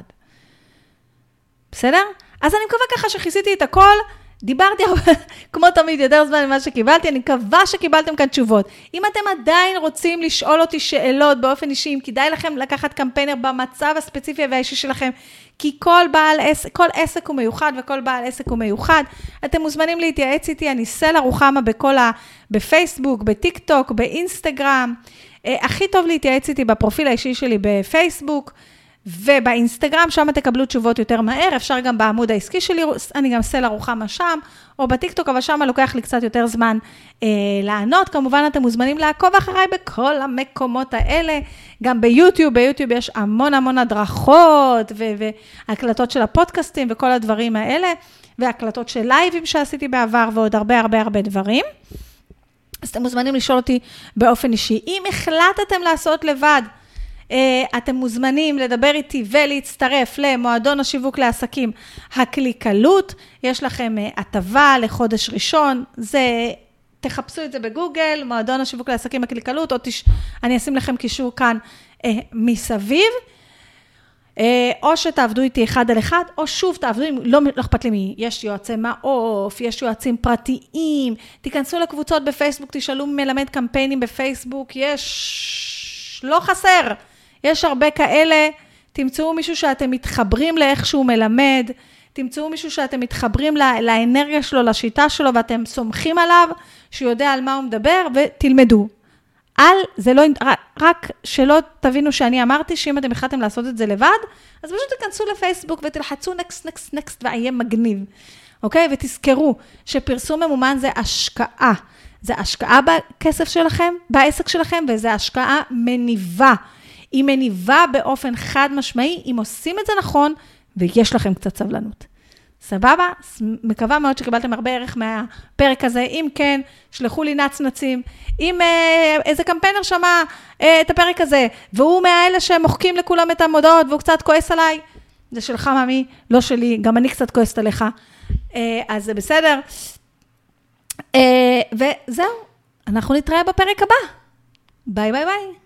בסדר? אז אני מקווה ככה שכיסיתי את הכל, דיברתי כמו תמיד יותר זמן ממה שקיבלתי, אני מקווה שקיבלתם כאן תשובות. אם אתם עדיין רוצים לשאול אותי שאלות באופן אישי, אם כדאי לכם לקחת קמפיינר במצב הספציפי והאישי שלכם, כי כל בעל עסק, כל עסק הוא מיוחד וכל בעל עסק הוא מיוחד, אתם מוזמנים להתייעץ איתי, אני סלע רוחמה בכל ה... בפייסבוק, בטיק טוק, באינסטגרם, הכי טוב להתייעץ איתי בפרופיל האישי שלי בפייסבוק, ובאינסטגרם, שם תקבלו תשובות יותר מהר, אפשר גם בעמוד העסקי שלי, אני גם סלע רוחמה שם, או בטיקטוק, אבל שם לוקח לי קצת יותר זמן אה, לענות, כמובן אתם מוזמנים לעקוב אחריי בכל המקומות האלה, גם ביוטיוב, ביוטיוב יש המון המון הדרכות, ו- והקלטות של הפודקאסטים, וכל הדברים האלה, והקלטות של לייבים שעשיתי בעבר, ועוד הרבה הרבה הרבה דברים, אז אתם מוזמנים לשאול אותי באופן אישי, אם החלטתם לעשות לבד, אתם מוזמנים לדבר איתי ולהצטרף למועדון השיווק לעסקים הקליקלות, יש לכם הטבה לחודש ראשון, זה, תחפשו את זה בגוגל, מועדון השיווק לעסקים הקליקלות, או תש... אני אשים לכם קישור כאן אה, מסביב, אה, או שתעבדו איתי אחד על אחד, או שוב תעבדו, לא, לא אכפת לי מי, יש יועצי מעוף, יש יועצים פרטיים, תיכנסו לקבוצות בפייסבוק, תשאלו מלמד קמפיינים בפייסבוק, יש, לא חסר, יש הרבה כאלה, תמצאו מישהו שאתם מתחברים לאיך שהוא מלמד, תמצאו מישהו שאתם מתחברים לאנרגיה שלו, לשיטה שלו, ואתם סומכים עליו, שהוא יודע על מה הוא מדבר, ותלמדו. על, זה לא, רק שלא תבינו שאני אמרתי, שאם אתם החלטתם לעשות את זה לבד, אז פשוט תכנסו לפייסבוק ותלחצו נקסט, נקסט, נקסט, ואהיה מגניב. אוקיי? ותזכרו שפרסום ממומן זה השקעה. זה השקעה בכסף שלכם, בעסק שלכם, וזה השקעה מניבה. היא מניבה באופן חד משמעי, אם עושים את זה נכון, ויש לכם קצת סבלנות. סבבה? מקווה מאוד שקיבלתם הרבה ערך מהפרק הזה. אם כן, שלחו לי נצנצים. אם אה, איזה קמפיינר שמע אה, את הפרק הזה, והוא מהאלה שמוחקים לכולם את המודעות, והוא קצת כועס עליי, זה שלך, ממי, לא שלי, גם אני קצת כועסת עליך. אה, אז זה בסדר. אה, וזהו, אנחנו נתראה בפרק הבא. ביי ביי ביי.